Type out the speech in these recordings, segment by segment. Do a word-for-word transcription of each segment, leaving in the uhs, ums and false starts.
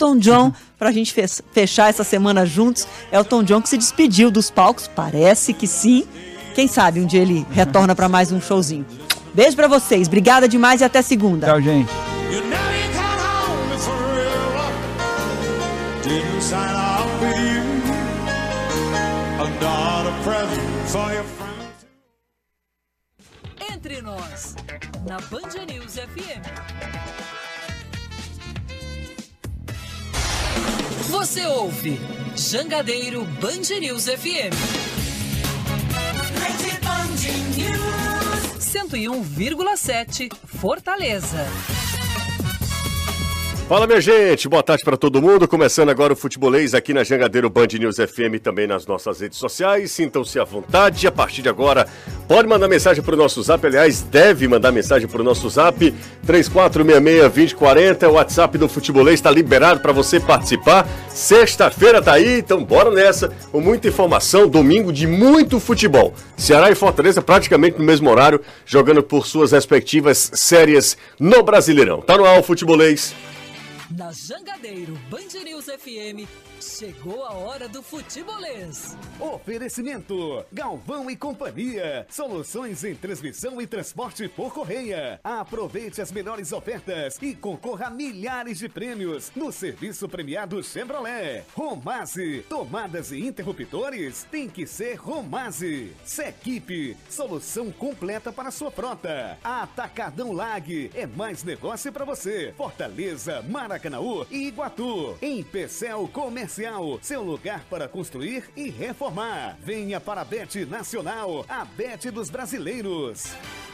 Elton John, pra gente fechar essa semana juntos. Elton John que se despediu dos palcos, parece que sim. Quem sabe um dia ele retorna pra mais um showzinho. Beijo pra vocês, obrigada demais e até segunda. Tchau, gente. Entre nós, na Band News F M. Você ouve Jangadeiro Band News F M. Rede Band News. cento e um vírgula sete, Fortaleza. Fala, minha gente, boa tarde para todo mundo, começando agora o Futebolês aqui na Jangadeiro Band News F M e também nas nossas redes sociais, sintam-se à vontade, a partir de agora pode mandar mensagem para o nosso zap, aliás, deve mandar mensagem para o nosso zap, três quatro seis seis, dois zero quatro zero, o WhatsApp do Futebolês está liberado para você participar, sexta-feira tá aí, então bora nessa, com muita informação, domingo de muito futebol, Ceará e Fortaleza praticamente no mesmo horário, jogando por suas respectivas séries no Brasileirão, tá no ar o Futebolês. Na Jangadeiro Band News F M, chegou a hora do Futebolês. Oferecimento, Galvão e Companhia, soluções em transmissão e transporte por correia. Aproveite as melhores ofertas e concorra a milhares de prêmios no serviço premiado Chevrolet. Romase, tomadas e interruptores, tem que ser Romase. Sequipe, solução completa para sua frota. Atacadão Lag, é mais negócio para você. Fortaleza, Maracanaú e Iguatu. Em Pecel Comercial, seu lugar para construir e reformar. Venha para a Bet Nacional, a Bet dos brasileiros.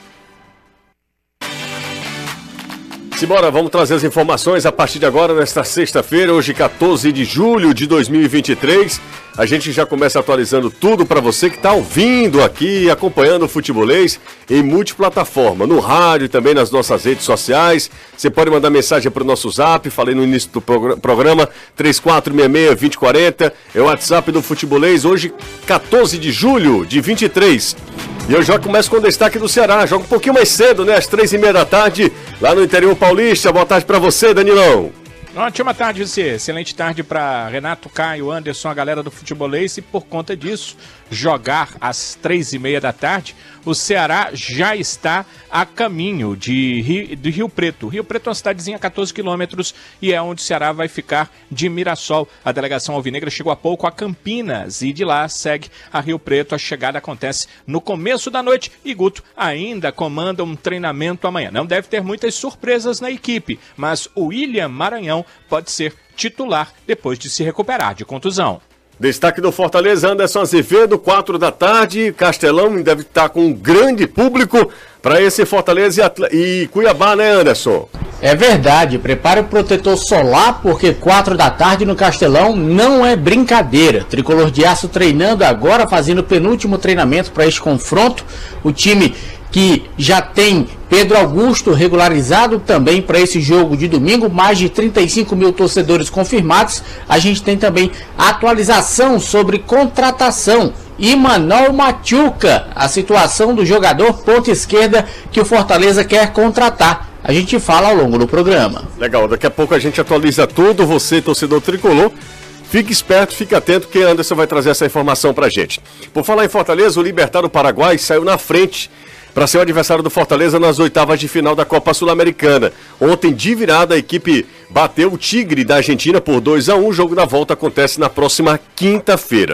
Simbora, vamos trazer as informações a partir de agora, nesta sexta-feira, hoje quatorze de julho de dois mil e vinte e três. A gente já começa atualizando tudo para você que está ouvindo aqui, acompanhando o Futebolês em multiplataforma, no rádio e também nas nossas redes sociais. Você pode mandar mensagem para o nosso zap, falei no início do programa, três quatro seis seis, dois zero quatro zero, é o WhatsApp do Futebolês, hoje quatorze de julho de vinte e três. E eu já começo com o destaque do Ceará, joga um pouquinho mais cedo, né, às três e meia da tarde, lá no interior paulista. Boa tarde para você, Danilão. Ótima tarde, você. Excelente tarde para Renato, Caio, Anderson, a galera do Futebolês. E por conta disso, jogar às três e meia da tarde, o Ceará já está a caminho de Rio, de Rio Preto. Rio Preto é uma cidadezinha a quatorze quilômetros e é onde o Ceará vai ficar de Mirassol. A delegação alvinegra chegou há pouco a Campinas e de lá segue a Rio Preto. A chegada acontece no começo da noite e Guto ainda comanda um treinamento amanhã. Não deve ter muitas surpresas na equipe, mas o William Maranhão pode ser titular depois de se recuperar de contusão. Destaque do Fortaleza, Anderson Azevedo, quatro da tarde, Castelão deve estar com um grande público para esse Fortaleza e, Atl- e Cuiabá, né, Anderson? É verdade, prepare o protetor solar, porque quatro da tarde no Castelão não é brincadeira. Tricolor de Aço treinando agora, fazendo o penúltimo treinamento para este confronto. O time que já tem Pedro Augusto regularizado também para esse jogo de domingo, mais de trinta e cinco mil torcedores confirmados. A gente tem também atualização sobre contratação. E Manuel Machuca, a situação do jogador ponta esquerda que o Fortaleza quer contratar. A gente fala ao longo do programa. Legal, daqui a pouco a gente atualiza tudo, você torcedor tricolor. Fique esperto, fique atento que Anderson vai trazer essa informação pra gente. Por falar em Fortaleza, o Libertad do Paraguai saiu na frente para ser o adversário do Fortaleza nas oitavas de final da Copa Sul-Americana. Ontem, de virada, a equipe bateu o Tigre da Argentina por dois a um. O jogo da volta acontece na próxima quinta-feira.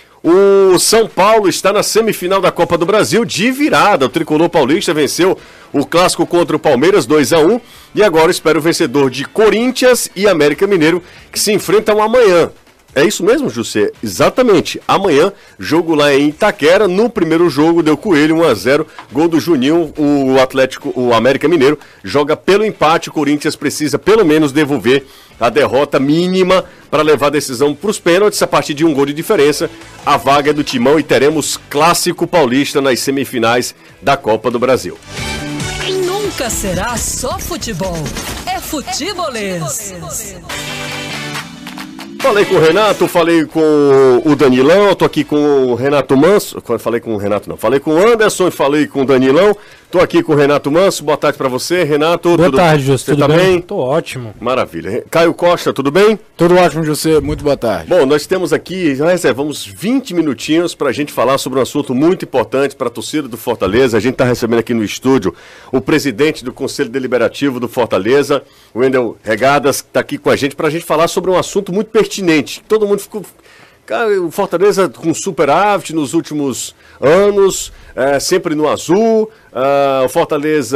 O São Paulo está na semifinal da Copa do Brasil de virada. O tricolor paulista venceu o clássico contra o Palmeiras dois a um. E agora espera o vencedor de Corinthians e América Mineiro, que se enfrentam amanhã. É isso mesmo, José? Exatamente. Amanhã, jogo lá em Itaquera. No primeiro jogo, deu Coelho um a zero. Gol do Juninho. O Atlético, o América Mineiro, joga pelo empate. O Corinthians precisa pelo menos devolver a derrota mínima para levar a decisão para os pênaltis. A partir de um gol de diferença, a vaga é do Timão e teremos clássico paulista nas semifinais da Copa do Brasil. Nunca será só futebol. É Futebolês. Falei com o Renato, falei com o Danilão, tô aqui com o Renato Manso, falei com o Renato não, falei com o Anderson e falei com o Danilão, tô aqui com o Renato Manso, boa tarde pra você, Renato. Boa tudo, tarde, José, você tudo tá bem? bem? Tô ótimo. Maravilha. Caio Costa, tudo bem? Tudo ótimo, José, muito boa tarde. Bom, nós temos aqui, já reservamos vinte minutinhos pra gente falar sobre um assunto muito importante para a torcida do Fortaleza. A gente tá recebendo aqui no estúdio o presidente do Conselho Deliberativo do Fortaleza, o Wendel Regadas, que tá aqui com a gente pra gente falar sobre um assunto muito pertinente. Todo mundo ficou... Cara, o Fortaleza com superávit nos últimos anos, é, sempre no azul, é, o Fortaleza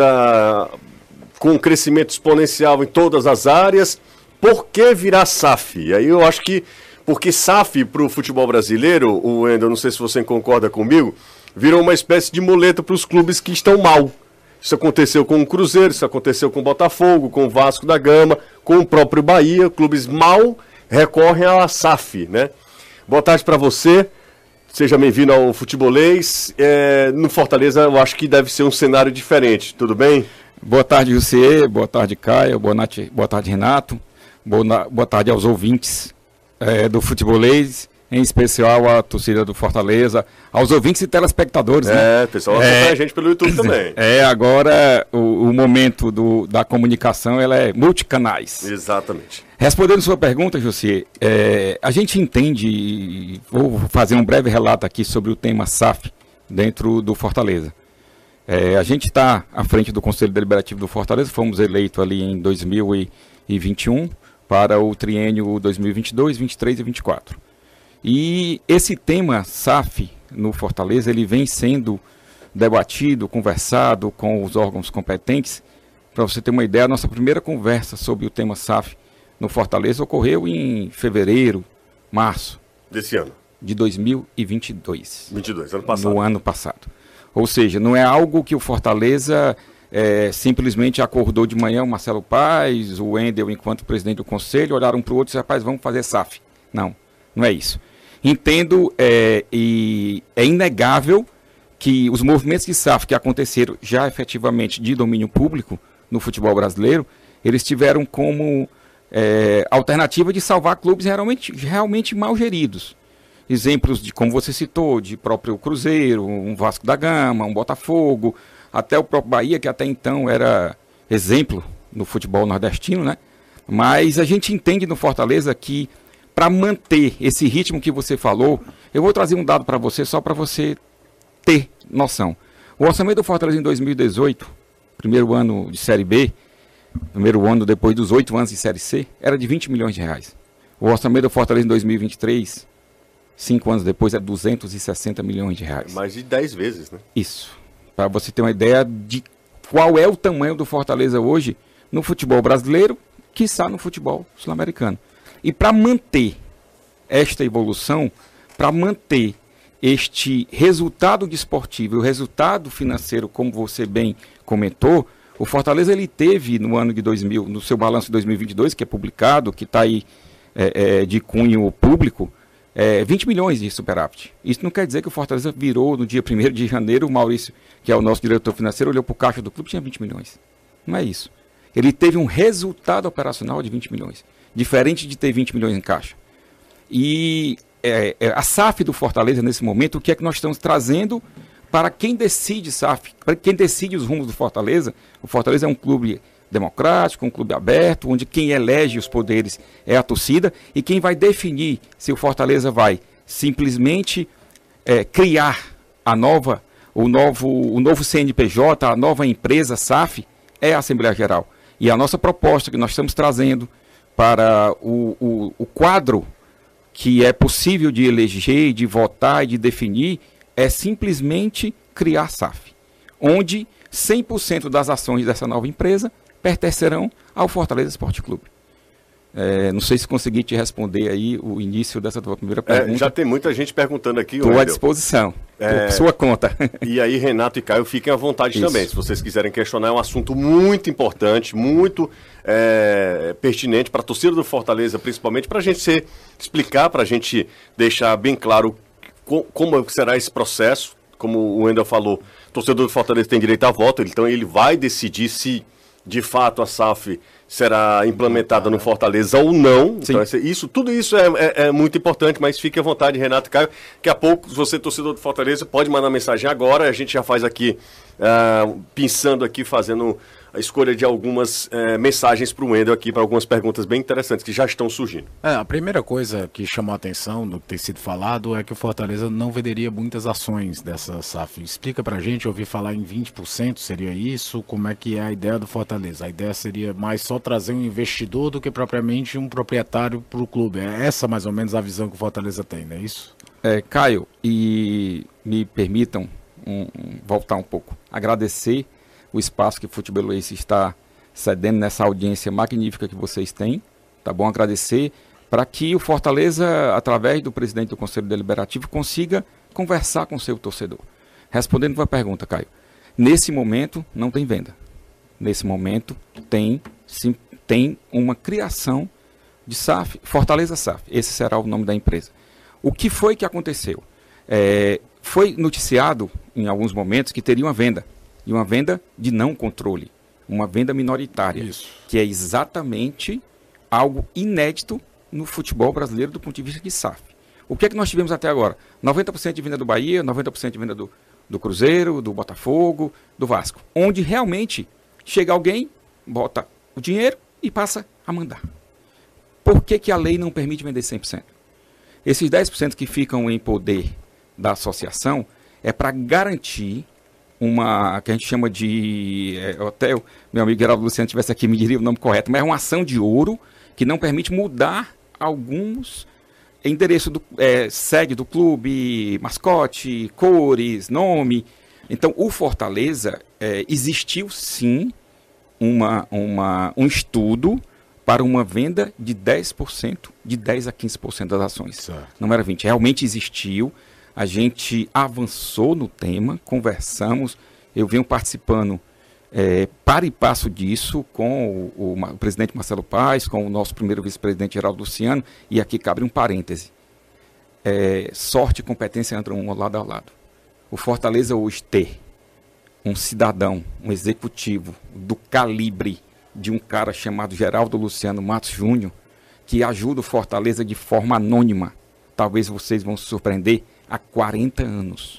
com um crescimento exponencial em todas as áreas. Por que virar S A F? E aí eu acho que, porque S A F para o futebol brasileiro, o Wendel, não sei se você concorda comigo, virou uma espécie de muleta para os clubes que estão mal. Isso aconteceu com o Cruzeiro, isso aconteceu com o Botafogo, com o Vasco da Gama, com o próprio Bahia. Clubes mal recorrem à S A F, né? Boa tarde para você, seja bem-vindo ao Futebolês. É, no Fortaleza eu acho que deve ser um cenário diferente, tudo bem? Boa tarde, José, boa tarde, Caio, boa, noite, boa tarde, Renato, boa, boa tarde aos ouvintes é, do Futebolês, em especial à torcida do Fortaleza, aos ouvintes e telespectadores, né? É, pessoal, acompanha a gente pelo YouTube também. É, agora o, o momento do, da comunicação, ela é multicanais. Exatamente. Respondendo sua pergunta, José, é, a gente entende, vou fazer um breve relato aqui sobre o tema S A F dentro do Fortaleza. É, a gente está à frente do Conselho Deliberativo do Fortaleza, fomos eleitos ali em dois mil e vinte e um para o triênio dois mil e vinte e dois, vinte e três e vinte e quatro. E esse tema S A F no Fortaleza, ele vem sendo debatido, conversado com os órgãos competentes. Para você ter uma ideia, a nossa primeira conversa sobre o tema S A F no Fortaleza ocorreu em fevereiro, março desse ano de dois mil e vinte e dois. vinte e dois, ano passado. No ano passado. Ou seja, não é algo que o Fortaleza é, simplesmente acordou de manhã, o Marcelo Paes, o Wendel, enquanto presidente do conselho, olharam para o outro e disseram, rapaz, vamos fazer S A F. Não, não é isso. Entendo é, e é inegável que os movimentos de S A F que aconteceram já efetivamente de domínio público no futebol brasileiro, eles tiveram como é, alternativa de salvar clubes realmente, realmente mal geridos. Exemplos de, como você citou, de próprio Cruzeiro, um Vasco da Gama, um Botafogo, até o próprio Bahia, que até então era exemplo no futebol nordestino, né? Mas a gente entende no Fortaleza que para manter esse ritmo que você falou, eu vou trazer um dado para você, só para você ter noção. O orçamento do Fortaleza em dois mil e dezoito, primeiro ano de Série B, primeiro ano depois dos oito anos de Série C, era de vinte milhões de reais. O orçamento do Fortaleza em dois mil e vinte e três, cinco anos depois, é duzentos e sessenta milhões de reais. Mais de dez vezes, né? Isso. Para você ter uma ideia de qual é o tamanho do Fortaleza hoje no futebol brasileiro, quiçá no futebol sul-americano. E para manter esta evolução, para manter este resultado desportivo, o resultado financeiro, como você bem comentou, o Fortaleza ele teve no ano de dois mil, no seu balanço de dois mil e vinte e dois, que é publicado, que está aí é, é, de cunho público, é, vinte milhões de superávit. Isso não quer dizer que o Fortaleza virou no dia primeiro de janeiro, o Maurício, que é o nosso diretor financeiro, olhou para o caixa do clube e tinha vinte milhões. Não é isso. Ele teve um resultado operacional de vinte milhões. Diferente de ter vinte milhões em caixa. E é, é, a S A F do Fortaleza, nesse momento, o que é que nós estamos trazendo para quem decide S A F, para quem decide os rumos do Fortaleza? O Fortaleza é um clube democrático, um clube aberto, onde quem elege os poderes é a torcida, e quem vai definir se o Fortaleza vai simplesmente é, criar a nova, o novo, o novo C N P J, a nova empresa S A F, é a Assembleia Geral. E a nossa proposta que nós estamos trazendo para o, o, o quadro que é possível de eleger, de votar e de definir, é simplesmente criar S A F, onde cem por cento das ações dessa nova empresa pertencerão ao Fortaleza Esporte Clube. É, não sei se consegui te responder aí o início dessa tua primeira pergunta. É, já tem muita gente perguntando aqui. Estou à disposição, é, por sua conta. E aí, Renato e Caio, fiquem à vontade Isso. também. Se vocês quiserem questionar, é um assunto muito importante, muito é, pertinente para a torcida do Fortaleza, principalmente para a gente ser, explicar, para a gente deixar bem claro co como será esse processo. Como o Wendel falou, o torcedor do Fortaleza tem direito a voto, então ele vai decidir se, de fato, a S A F será implementada no Fortaleza ou não. Sim. Então, isso, tudo isso é, é, é muito importante, mas fique à vontade, Renato e Caio. Daqui a pouco, você, torcedor do Fortaleza, pode mandar mensagem agora. A gente já faz aqui, uh, pensando aqui, fazendo a escolha de algumas uh, mensagens para o Wendel aqui, para algumas perguntas bem interessantes que já estão surgindo. É, a primeira coisa que chamou a atenção no que tem sido falado é que o Fortaleza não venderia muitas ações dessa S A F. Explica pra gente, eu ouvi falar em vinte por cento, seria isso? Como é que é a ideia do Fortaleza? A ideia seria mais só trazer um investidor do que propriamente um proprietário para o clube. É essa mais ou menos a visão que o Fortaleza tem, não é isso? É, Caio, e me permitam um, um, voltar um pouco, agradecer o espaço que o Futebolês está cedendo nessa audiência magnífica que vocês têm, tá bom? Agradecer para que o Fortaleza, através do presidente do Conselho Deliberativo, consiga conversar com o seu torcedor. Respondendo a pergunta, Caio, nesse momento não tem venda. Nesse momento tem, sim, tem uma criação de S A F, Fortaleza S A F, esse será o nome da empresa. O que foi que aconteceu? É, foi noticiado em alguns momentos que teria uma venda, e uma venda de não controle, uma venda minoritária, Isso. que é exatamente algo inédito no futebol brasileiro do ponto de vista de S A F. O que é que nós tivemos até agora? noventa por cento de venda do Bahia, noventa por cento de venda do, do Cruzeiro, do Botafogo, do Vasco, onde realmente chega alguém, bota o dinheiro e passa a mandar. Por que que a lei não permite vender cem por cento? Esses dez por cento que ficam em poder da associação é para garantir uma, que a gente chama de, é, até o meu amigo Geraldo Luciano estivesse aqui, me diria o nome correto, mas é uma ação de ouro que não permite mudar alguns endereços, do, é, sede do clube, mascote, cores, nome. Então, o Fortaleza, é, existiu sim uma, uma, um estudo para uma venda de dez por cento, de dez a quinze por cento das ações. Certo. Não era vinte por cento, realmente existiu. A gente avançou no tema, conversamos, eu venho participando é, para e passo disso com o, o, o presidente Marcelo Paes, com o nosso primeiro vice-presidente Geraldo Luciano, e aqui cabe um parêntese. É, sorte e competência andam um lado a lado. O Fortaleza hoje ter um cidadão, um executivo do calibre de um cara chamado Geraldo Luciano Matos Júnior, que ajuda o Fortaleza de forma anônima, talvez vocês vão se surpreender, há quarenta anos.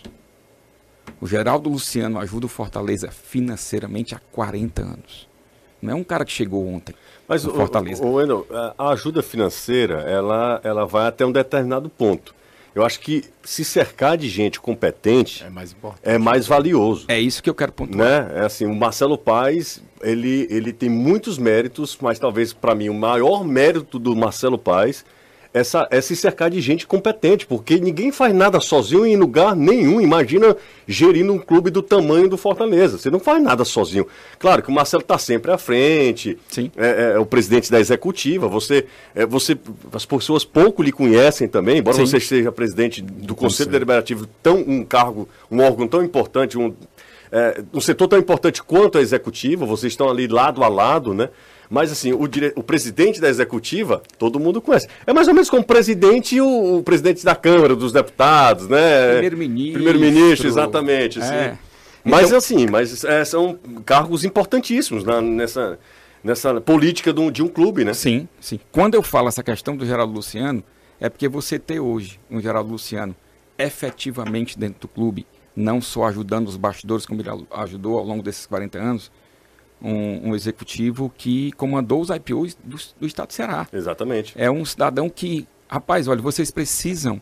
O Geraldo Luciano ajuda o Fortaleza financeiramente há quarenta anos. Não é um cara que chegou ontem. Mas, no Fortaleza. O, o, Wendel, a ajuda financeira, ela, ela vai até um determinado ponto. Eu acho que se cercar de gente competente É mais importante. é mais valioso. É isso que eu quero pontuar. Né? É assim, o Marcelo Paes, ele, ele tem muitos méritos, mas talvez para mim o maior mérito do Marcelo Paes Essa, é se cercar de gente competente, porque ninguém faz nada sozinho em lugar nenhum. Imagina gerindo um clube do tamanho do Fortaleza. Você não faz nada sozinho. Claro que o Marcelo está sempre à frente, Sim. É, é o presidente da executiva. Você, é, você, as pessoas pouco lhe conhecem também, embora Sim. você seja presidente do Conselho Deliberativo, tão, um cargo, um órgão tão importante, um, é, um setor tão importante quanto a executiva. Vocês estão ali lado a lado, né? Mas, assim, o, dire... o presidente da executiva, todo mundo conhece. É mais ou menos como o presidente e o, o presidente da Câmara, dos deputados, né? Primeiro-ministro. Primeiro-ministro, exatamente. Assim. É. Mas, Então... assim, mas é, são cargos importantíssimos na, nessa, nessa política de um, de um clube, né? Sim, sim. Quando eu falo essa questão do Geraldo Luciano, é porque você ter hoje um Geraldo Luciano efetivamente dentro do clube, não só ajudando os bastidores, como ele ajudou ao longo desses quarenta anos, Um, um executivo que comandou os I P Os do, do estado do Ceará. Exatamente. É um cidadão que, rapaz, olha, vocês precisam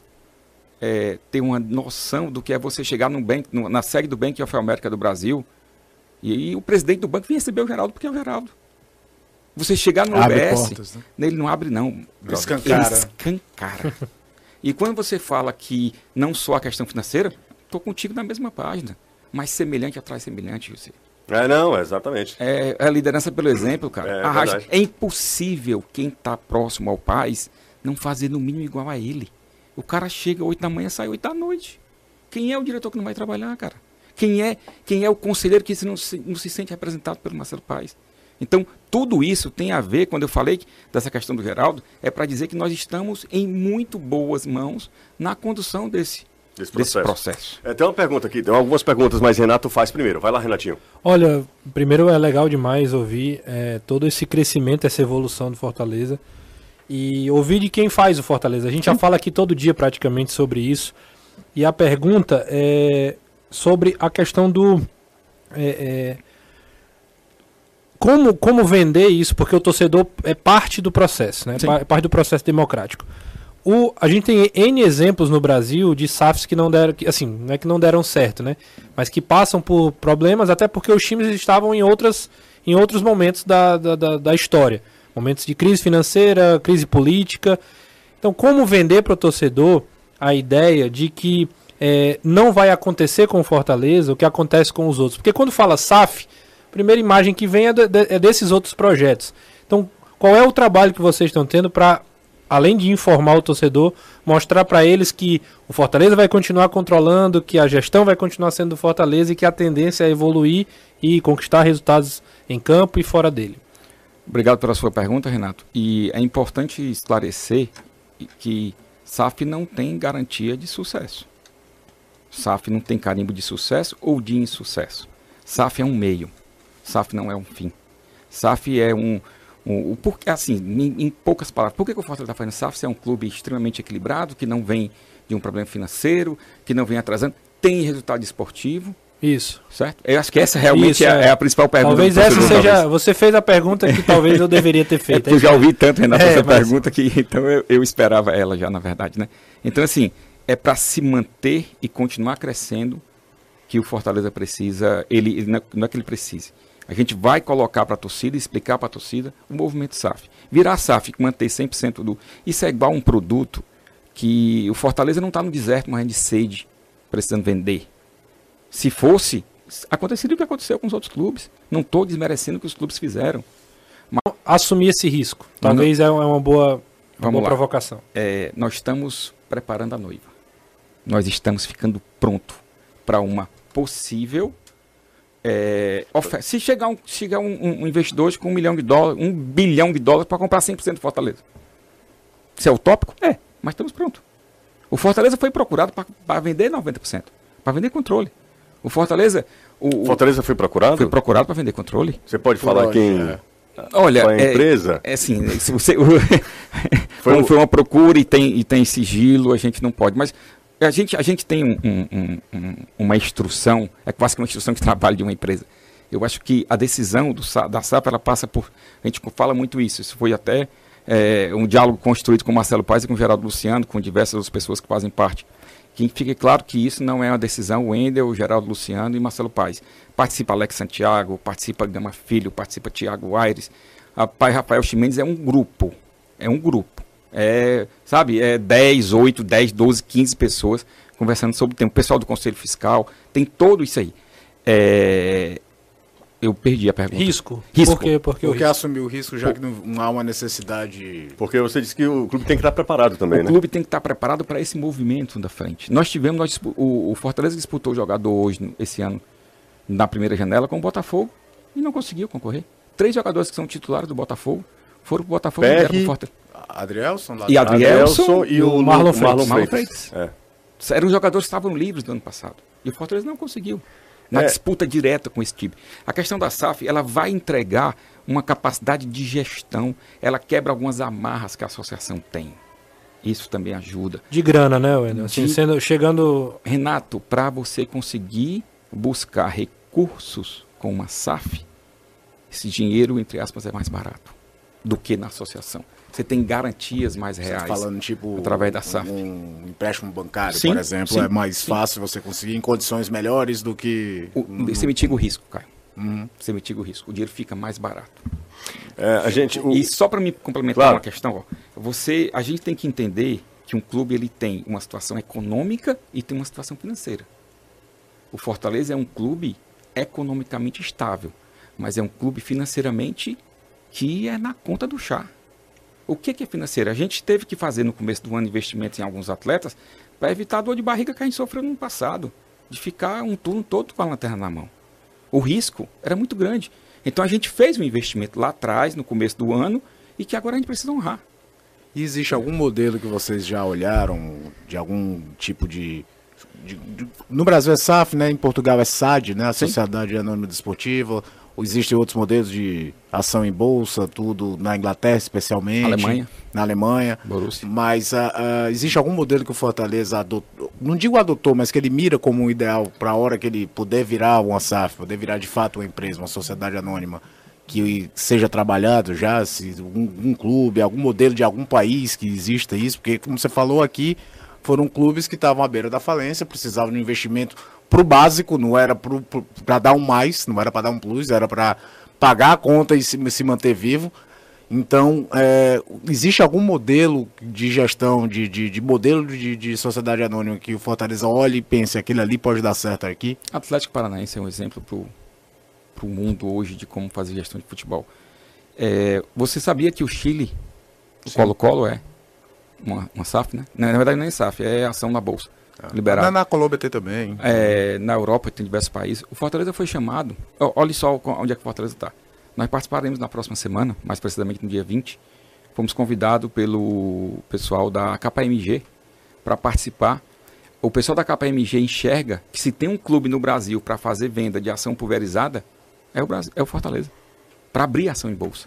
é, ter uma noção do que é você chegar num bank, no, na sede do Bank of America do Brasil e, e o presidente do banco vem receber o Geraldo porque é o Geraldo. Você chegar no Abre U B S, portas, né? ele não abre não. brother. Escancara. Ele escancara. E quando você fala que não só a questão financeira, estou contigo na mesma página, mas semelhante atrai semelhante, José. É, não, exatamente. É, é a liderança pelo exemplo, cara. É, Arrasta. verdade. É impossível quem está próximo ao Paes não fazer no mínimo igual a ele. O cara chega oito da manhã, sai oito da noite. Quem é o diretor que não vai trabalhar, cara? Quem é, quem é o conselheiro que não se, não se sente representado pelo Marcelo Paes? Então, tudo isso tem a ver, quando eu falei dessa questão do Geraldo, é para dizer que nós estamos em muito boas mãos na condução desse, Desse desse processo. processo. É, tem uma pergunta aqui, tem algumas perguntas, mas Renato faz primeiro. Vai lá, Renatinho. Olha, primeiro é legal demais ouvir é, todo esse crescimento, essa evolução do Fortaleza e ouvir de quem faz o Fortaleza. A gente já fala aqui todo dia praticamente sobre isso e a pergunta é sobre a questão do... É, é, como, como vender isso, porque o torcedor é parte do processo, né? É parte do processo democrático. O, a gente tem N exemplos no Brasil de S A Fs que não deram, que, assim, não é que não deram certo, né? Mas que passam por problemas, até porque os times estavam em, outras, em outros momentos da, da, da, da história. Momentos de crise financeira, crise política. Então, como vender para o torcedor a ideia de que é, não vai acontecer com o Fortaleza o que acontece com os outros? Porque quando fala S A F, a primeira imagem que vem é, de, é desses outros projetos. Então, qual é o trabalho que vocês estão tendo para... além de informar o torcedor, mostrar para eles que o Fortaleza vai continuar controlando, que a gestão vai continuar sendo do Fortaleza e que a tendência é evoluir e conquistar resultados em campo e fora dele. Obrigado pela sua pergunta, Renato. E é importante esclarecer que S A F não tem garantia de sucesso. S A F não tem carimbo de sucesso ou de insucesso. S A F é um meio. S A F não é um fim. S A F é um... Um, um, porque, assim, em, em poucas palavras, por que, que o Fortaleza está fazendo S A F? Se é um clube extremamente equilibrado, que não vem de um problema financeiro, que não vem atrasando, tem resultado esportivo. Isso. Certo? Eu acho que essa realmente Isso, é, é a principal pergunta. Talvez essa seja... Talvez. Você fez a pergunta que talvez eu deveria ter feito. É eu já ouvi tanto, Renato, é, essa mas... pergunta que então eu, eu esperava ela já, na verdade, né? Então, assim, é para se manter e continuar crescendo que o Fortaleza precisa, ele, ele não é que ele precise. A gente vai colocar para a torcida, explicar para a torcida o movimento S A F. Virar S A F, manter cem por cento do... Isso é igual um produto que o Fortaleza não está no deserto morrendo de sede, precisando vender. Se fosse, aconteceria o que aconteceu com os outros clubes. Não estou desmerecendo o que os clubes fizeram. Mas... Assumir esse risco. Talvez não... é uma boa, uma boa provocação. É, nós estamos preparando a noiva. Nós estamos ficando pronto para uma possível... É, se chegar, um, chegar um, um investidor hoje com um milhão de dólares, um bilhão de dólares para comprar cem por cento do Fortaleza. Isso é utópico? É, mas estamos prontos. O Fortaleza foi procurado para vender noventa por cento, para vender controle. O Fortaleza... O, Fortaleza foi procurado? Foi procurado para vender controle. Você pode falar quem... É. Olha, a empresa? É, é assim, se você... foi, foi uma procura e tem, e tem sigilo, a gente não pode, mas... A gente, a gente tem um, um, um, uma instrução, é quase que uma instrução de trabalho de uma empresa. Eu acho que a decisão do, da S A F, ela passa por... A gente fala muito isso, isso foi até é, um diálogo construído com o Marcelo Paes e com o Geraldo Luciano, com diversas outras pessoas que fazem parte. Que fique claro que isso não é uma decisão Wendel, Geraldo Luciano e Marcelo Paes. Participa Alex Santiago, participa Gama Filho, participa Thiago Aires. A pai Rafael Ximenes é um grupo, é um grupo. É, sabe, é dez, oito, dez, doze, quinze pessoas conversando sobre o tema. O pessoal do Conselho Fiscal, tem tudo isso aí. É, eu perdi a pergunta. Risco. Risco. Por quê? Porque, Porque assumir o risco já que não, não há uma necessidade... Porque você disse que o clube tem que estar preparado também, o né? O clube tem que estar preparado para esse movimento da frente. Nós tivemos, nós, o, o Fortaleza disputou o jogador hoje, esse ano, na primeira janela com o Botafogo e não conseguiu concorrer. Três jogadores que são titulares do Botafogo foram para o Botafogo e deram para o Fortaleza. Adrielson, e Adrielson e o Marlon Freitas. Marlon Marlon Freitas. É. Eram jogadores que estavam livres do ano passado. E o Fortaleza não conseguiu. Na é. disputa direta com esse time. A questão da S A F, ela vai entregar uma capacidade de gestão. Ela quebra algumas amarras que a associação tem. Isso também ajuda. De grana, né, Wendel? Assim, sendo, chegando... Renato, para você conseguir buscar recursos com uma S A F, esse dinheiro, entre aspas, é mais barato do que na associação. Você tem garantias mais reais. Você tá falando, tipo, através da S A F. Um empréstimo bancário, sim, por exemplo, sim, é mais sim. fácil você conseguir em condições melhores do que... O, você mitiga o risco, Caio. Uhum. Você mitiga o risco. O dinheiro fica mais barato. É, a gente, o... E só para me complementar claro. uma questão, ó, você, a gente tem que entender que um clube ele tem uma situação econômica e tem uma situação financeira. O Fortaleza é um clube economicamente estável, mas é um clube financeiramente que é na conta do chá. O que é financeiro? A gente teve que fazer no começo do ano investimentos em alguns atletas para evitar a dor de barriga que a gente sofreu no passado, de ficar um turno todo com a lanterna na mão. O risco era muito grande. Então a gente fez um investimento lá atrás, no começo do ano, e que agora a gente precisa honrar. E existe algum modelo que vocês já olharam, de algum tipo de de, de, no Brasil é S A F, né? Em Portugal é S A D, né? A Sim. Sociedade Anônima Desportiva. Existem outros modelos de ação em bolsa, tudo na Inglaterra especialmente. Alemanha. Na Alemanha. Borussia. Mas uh, uh, existe algum modelo que o Fortaleza adotou, não digo adotou, mas que ele mira como um ideal para a hora que ele puder virar uma S A F, poder virar de fato uma empresa, uma sociedade anônima, que seja trabalhado já, se um, um clube, algum modelo de algum país que exista isso, porque como você falou aqui, foram clubes que estavam à beira da falência, precisavam de um investimento pro básico, não era para dar um mais, não era para dar um plus, era para pagar a conta e se, se manter vivo. Então, é, existe algum modelo de gestão, de, de, de modelo de, de sociedade anônima que o Fortaleza olhe e pense, aquele ali pode dar certo aqui? Atlético Paranaense é um exemplo para o mundo hoje de como fazer gestão de futebol. É, você sabia que o Chile, o Colo-Colo é uma, uma S A F, né? Na verdade não é S A F, é ação na Bolsa. Ah, liberado. Na, na Colômbia tem também. É, na Europa tem diversos países. O Fortaleza foi chamado, olha só onde é que o Fortaleza está. Nós participaremos na próxima semana, mais precisamente no dia vinte. Fomos convidados pelo pessoal da K P M G para participar. O pessoal da K P M G enxerga que se tem um clube no Brasil para fazer venda de ação pulverizada, é o, Brasil, é o Fortaleza. Para abrir ação em bolsa.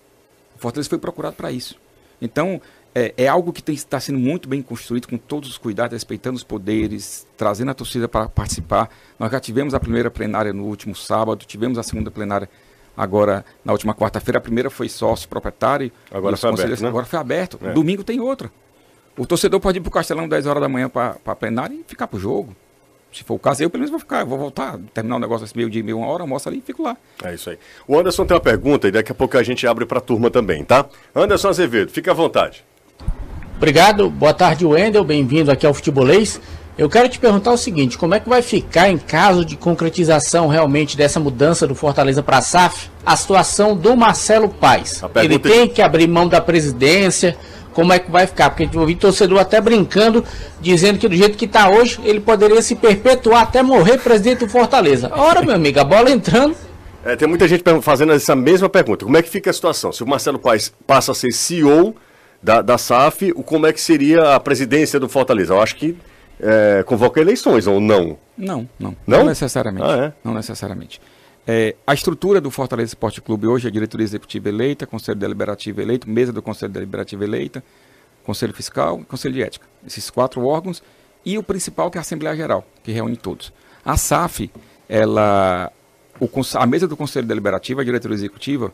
O Fortaleza foi procurado para isso. Então, é, é algo que está sendo muito bem construído, com todos os cuidados, respeitando os poderes, trazendo a torcida para participar. Nós já tivemos a primeira plenária no último sábado, tivemos a segunda plenária agora na última quarta-feira. A primeira foi sócio proprietário. Agora foi aberto, né? Agora foi aberto. É. Domingo tem outra. O torcedor pode ir para o Castelão dez horas da manhã para a plenária e ficar para o jogo. Se for o caso, eu pelo menos vou ficar, eu vou voltar, terminar o negócio assim, meio dia, meia, uma hora, almoço ali e fico lá. É isso aí. O Anderson tem uma pergunta e daqui a pouco a gente abre para a turma também, tá? Anderson Azevedo, fica à vontade. Obrigado, boa tarde, Wendel, bem-vindo aqui ao Futebolês. Eu quero te perguntar o seguinte, como é que vai ficar em caso de concretização realmente dessa mudança do Fortaleza para a S A F, a situação do Marcelo Paes? Ele tem que abrir mão da presidência, como é que vai ficar? Porque eu vi torcedor até brincando, dizendo que do jeito que está hoje, ele poderia se perpetuar até morrer presidente do Fortaleza. Ora, meu amigo, a bola entrando. É, tem muita gente fazendo essa mesma pergunta. Como é que fica a situação? Se o Marcelo Paes passa a ser C E O da, da S A F, como é que seria a presidência do Fortaleza? Eu acho que é, convoca eleições, ou não? Não, não. Não, não necessariamente. Ah, é? Não necessariamente. É, a estrutura do Fortaleza Esporte Clube hoje é a diretoria executiva eleita, conselho deliberativo eleito, mesa do conselho deliberativo eleita, conselho fiscal e conselho de ética. Esses quatro órgãos e o principal que é a Assembleia Geral, que reúne todos. A S A F, ela, o, a mesa do conselho deliberativo e a diretoria executiva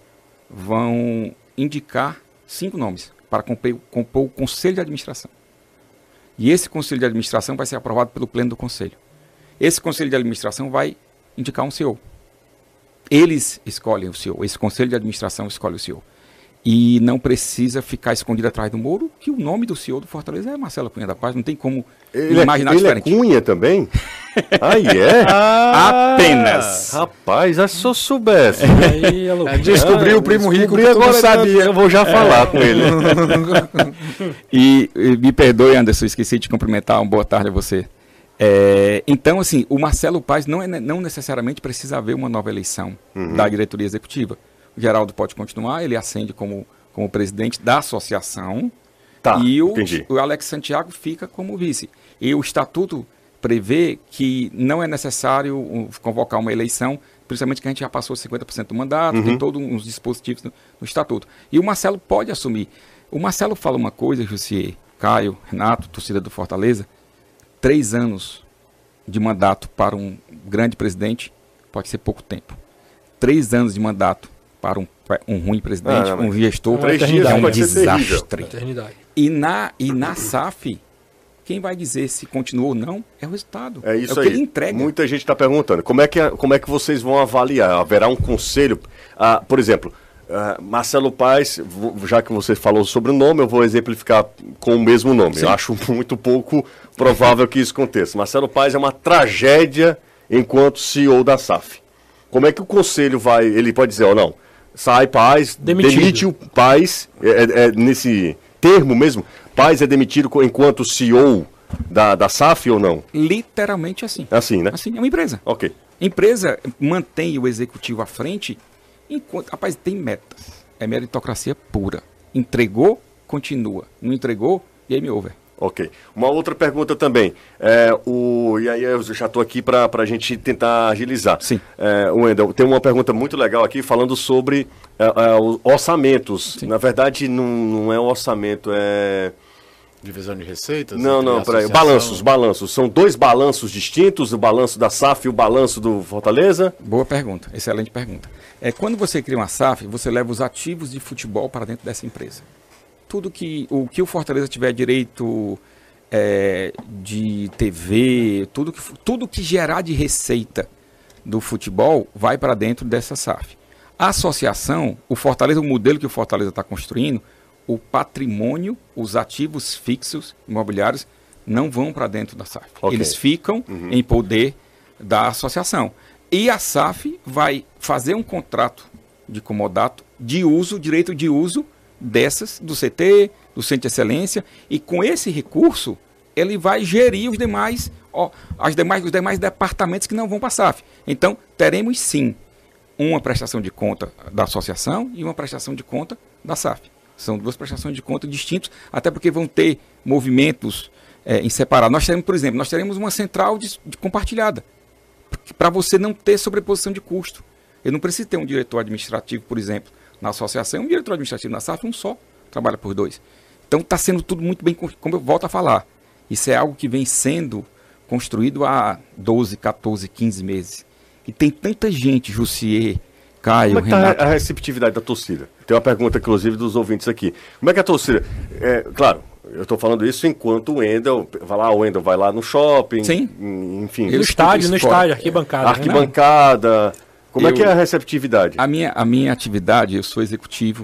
vão indicar cinco nomes para compor, compor o conselho de administração. E esse conselho de administração vai ser aprovado pelo pleno do conselho. Esse conselho de administração vai indicar um C E O. Eles escolhem o C E O, esse conselho de administração escolhe o C E O. E não precisa ficar escondido atrás do muro, que o nome do C E O do Fortaleza é Marcelo Cunha da Paz, não tem como ele imaginar é, ele diferente. Ele é Cunha também? Aí é? Ah, apenas. Rapaz, já se eu soubesse. Aí, é descobriu o primo rico que eu não sabia. Eu vou já falar é. com ele. e, e me perdoe, Anderson, esqueci de cumprimentar, uma boa tarde a você. É, então, assim, o Marcelo Paes não, é, não necessariamente precisa haver uma nova eleição uhum. da diretoria executiva. O Geraldo pode continuar, ele ascende como, como presidente da associação tá, e o, o Alex Santiago fica como vice. E o estatuto prevê que não é necessário convocar uma eleição, principalmente que a gente já passou cinquenta por cento do mandato, uhum. tem todos uns dispositivos no, no estatuto. E o Marcelo pode assumir. O Marcelo fala uma coisa, Jussier, Caio, Renato, torcida do Fortaleza, três anos de mandato para um grande presidente pode ser pouco tempo. Três anos de mandato para um, um ruim presidente, ah, não, um gestor, três dias é um pode desastre. Eternidade. E na, e na S A F, quem vai dizer se continua ou não é o resultado. É isso é o aí. que ele entrega. Muita gente está perguntando, como é, que, como é que vocês vão avaliar? Haverá um conselho? Ah, por exemplo, Uh, Marcelo Paes, já que você falou sobre o nome, eu vou exemplificar com o mesmo nome. Sim. Eu acho muito pouco provável que isso aconteça. Marcelo Paes é uma tragédia enquanto C E O da S A F. Como é que o conselho vai... Ele pode dizer, ou oh, não, sai Paes, demitido. Demite o Paes, é, é, é, nesse termo mesmo, Paes é demitido enquanto C E O da, da S A F ou não? Literalmente assim. Assim, né? Assim, é uma empresa. Ok. Empresa mantém o executivo à frente... Enquanto, rapaz, tem metas. É meritocracia pura. Entregou, continua. Não entregou, game over. Ok. Uma outra pergunta também. É, o, e aí eu já estou aqui para a gente tentar agilizar. Sim. É, Wendel, tem uma pergunta muito legal aqui falando sobre é, é, os orçamentos. Sim. Na verdade, não, não é um orçamento, é... Divisão de receitas? Não, não, peraí. Balanços, balanços. São dois balanços distintos, o balanço da S A F e o balanço do Fortaleza? Boa pergunta, excelente pergunta. É, quando você cria uma S A F, você leva os ativos de futebol para dentro dessa empresa. Tudo que o que o Fortaleza tiver direito é, de T V, tudo que, tudo que gerar de receita do futebol vai para dentro dessa S A F. A associação, o Fortaleza, o modelo que o Fortaleza está construindo, o patrimônio, os ativos fixos imobiliários não vão para dentro da S A F. Okay. Eles ficam uhum. em poder da associação. E a S A F vai fazer um contrato de comodato de uso, direito de uso dessas, do C T, do Centro de Excelência, e com esse recurso ele vai gerir os demais, ó, as demais, os demais departamentos que não vão para a S A F. Então, teremos sim uma prestação de conta da associação e uma prestação de conta da S A F. São duas prestações de conta distintas, até porque vão ter movimentos é, em separado. Nós teremos, por exemplo, nós teremos uma central de, de compartilhada, para você não ter sobreposição de custo. Eu não preciso ter um diretor administrativo, por exemplo, na associação, um diretor administrativo na S A F, um só, trabalha por dois. Então está sendo tudo muito bem, como eu volto a falar, isso é algo que vem sendo construído há doze, quatorze, quinze meses. E tem tanta gente, Jussier, Caio, Como é que está Renato... a receptividade da torcida? Tem uma pergunta, inclusive, dos ouvintes aqui. Como é que a torcida... É, claro, eu estou falando isso enquanto o Wendel vai lá, o Wendel vai lá no shopping, Sim. enfim. No estádio, no estádio, arquibancada. É, arquibancada. Né? Como eu, é que é a receptividade? A minha, a minha atividade, eu sou executivo.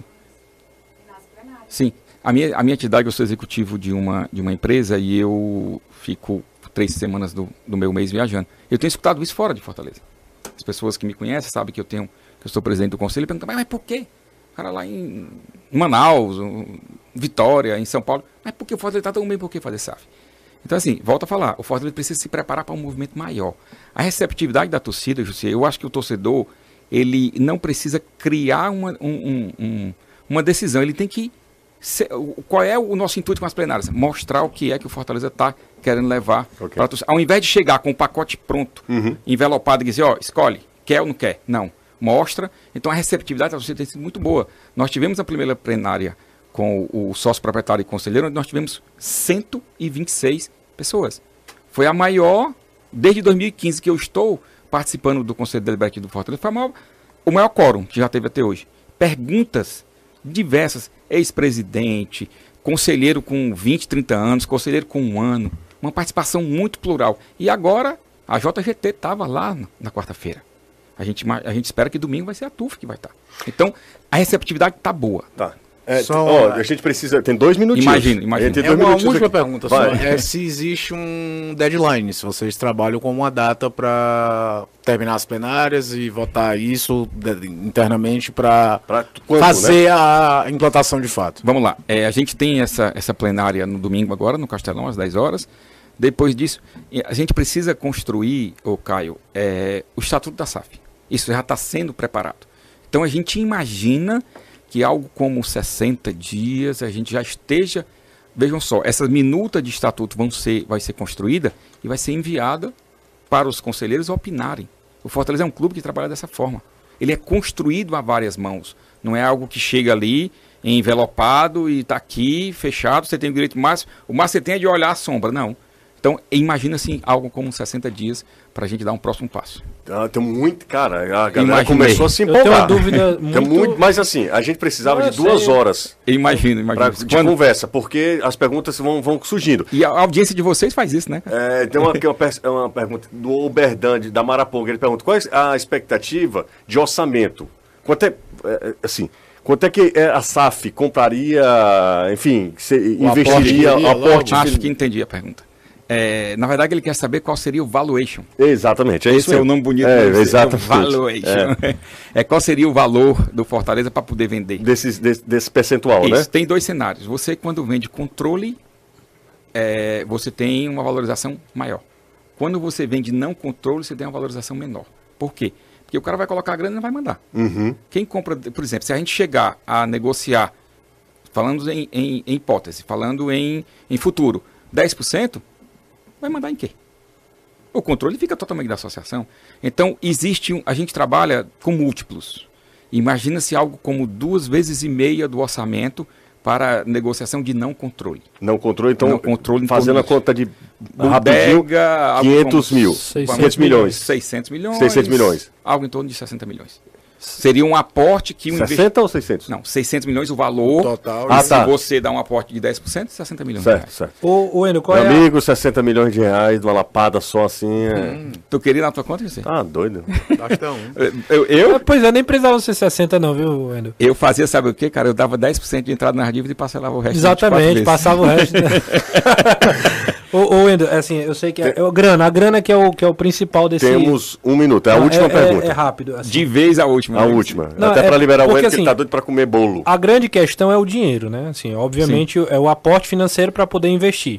Sim, a minha, a minha atividade, eu sou executivo de uma, de uma empresa e eu fico três semanas do, do meu mês viajando. Eu tenho escutado isso fora de Fortaleza. As pessoas que me conhecem sabem que eu tenho, que eu sou presidente do conselho e perguntam, mas, mas por quê? O cara lá em Manaus, Vitória, em São Paulo, mas por que o Fortaleza está tão bem, por que fazer S A F? Então, assim, volto a falar, o Fortaleza precisa se preparar para um movimento maior. A receptividade da torcida, José, eu acho que o torcedor, ele não precisa criar uma, um, um, um, uma decisão, ele tem que... Ser, qual é o nosso intuito com as plenárias? Mostrar o que é que o Fortaleza está querendo levar okay. para a torcida. Ao invés de chegar com o pacote pronto, uhum. envelopado, e dizer, ó, escolhe, quer ou não quer? Não. Mostra. Então, a receptividade da torcida tem sido muito boa. Nós tivemos a primeira plenária com o sócio proprietário e conselheiro, onde nós tivemos cento e vinte e seis pessoas. Foi a maior, desde dois mil e quinze que eu estou participando do Conselho Deliberativo do Fortaleza, foi a maior, o maior quórum que já teve até hoje. Perguntas diversas, ex-presidente, conselheiro com vinte, trinta anos, conselheiro com um ano, uma participação muito plural. E agora, a J G T estava lá na, na quarta-feira. A gente, a gente espera que domingo vai ser a T U F que vai estar. Então, a receptividade está boa. Tá. É, só, ó, a gente precisa... Tem dois minutinhos. Imagina, imagina. É uma última pergunta só. É se existe um deadline, se vocês trabalham com uma data para terminar as plenárias e votar isso de, internamente para fazer né? a implantação de fato. Vamos lá. É, a gente tem essa, essa plenária no domingo agora, no Castelão, às dez horas. Depois disso, a gente precisa construir, ô Caio, é, o Estatuto da S A F. Isso já está sendo preparado. Então a gente imagina... que algo como sessenta dias a gente já esteja... Vejam só, essas minutas de estatuto vão ser, vai ser construída e vai ser enviada para os conselheiros opinarem. O Fortaleza é um clube que trabalha dessa forma. Ele é construído a várias mãos. Não é algo que chega ali, envelopado e está aqui, fechado, você tem o direito máximo. O máximo você tem é de olhar a sombra. Não. Então, imagina assim, algo como sessenta dias para a gente dar um próximo passo. Ah, tem muito, cara, a galera Imaginei. começou a se empolgar. Eu tenho uma dúvida muito... Tem muito, mas assim, a gente precisava Não, de duas sei. horas. Imagina, imagina. Pra, de Quando... conversa, porque as perguntas vão, vão surgindo. E a audiência de vocês faz isso, né? É, tem uma, uma, uma pergunta do Oberdan, da Maraponga. Ele pergunta, qual é a expectativa de orçamento? Quanto é, é assim... Quanto é que a S A F compraria, enfim, o investiria, aporte, aporte... Acho que entendi a pergunta. É, na verdade, ele quer saber qual seria o valuation. Exatamente, é Esse isso é mesmo. o nome bonito. É, é exatamente. O valuation. É. É qual seria o valor do Fortaleza para poder vender. Desse, desse, desse percentual, isso, né? Tem dois cenários. Você, quando vende controle, é, você tem uma valorização maior. Quando você vende não controle, você tem uma valorização menor. Por quê? Porque o cara vai colocar a grana e não vai mandar. Uhum. Quem compra, por exemplo, se a gente chegar a negociar, falando em, em, em hipótese, falando em, em futuro, dez por cento, vai mandar em quê? O controle fica totalmente da associação. Então, existe um, a gente trabalha com múltiplos. Imagina-se algo como duas vezes e meia do orçamento para negociação de não controle. Não controle, então, não controle fazendo a conta de rapidinho, quinhentos mil, quinhentos milhões. seiscentos milhões. seiscentos milhões. Algo em torno de sessenta milhões. Seria um aporte que... Um sessenta investi... ou seiscentos? Não, seiscentos milhões o valor. Total. Ah, se tá. você dá um aporte de dez por cento, sessenta milhões certo, de reais. Certo, O, o Eno, qual Meu é amigo, a... sessenta milhões de reais, de uma lapada só assim... É... Hum, tu queria na tua conta, você? Tá doido. Basta um. eu, eu, Pois é, nem precisava ser sessenta não, viu, Eno? eu fazia, sabe o quê, cara? Eu dava dez por cento de entrada nas dívidas e parcelava o resto. Exatamente, passava o resto. Ô, ô Endo, assim, eu sei que é, é o grana, a grana que é o, que é o principal desse... Temos um minuto, é a Não, última é, pergunta. É, é rápido. Assim. De vez a última. A né? última. Não, Até é para liberar o porque, Endo, que assim, ele tá doido para comer bolo. A grande questão é o dinheiro, né? Assim, obviamente Sim. é o aporte financeiro para poder investir.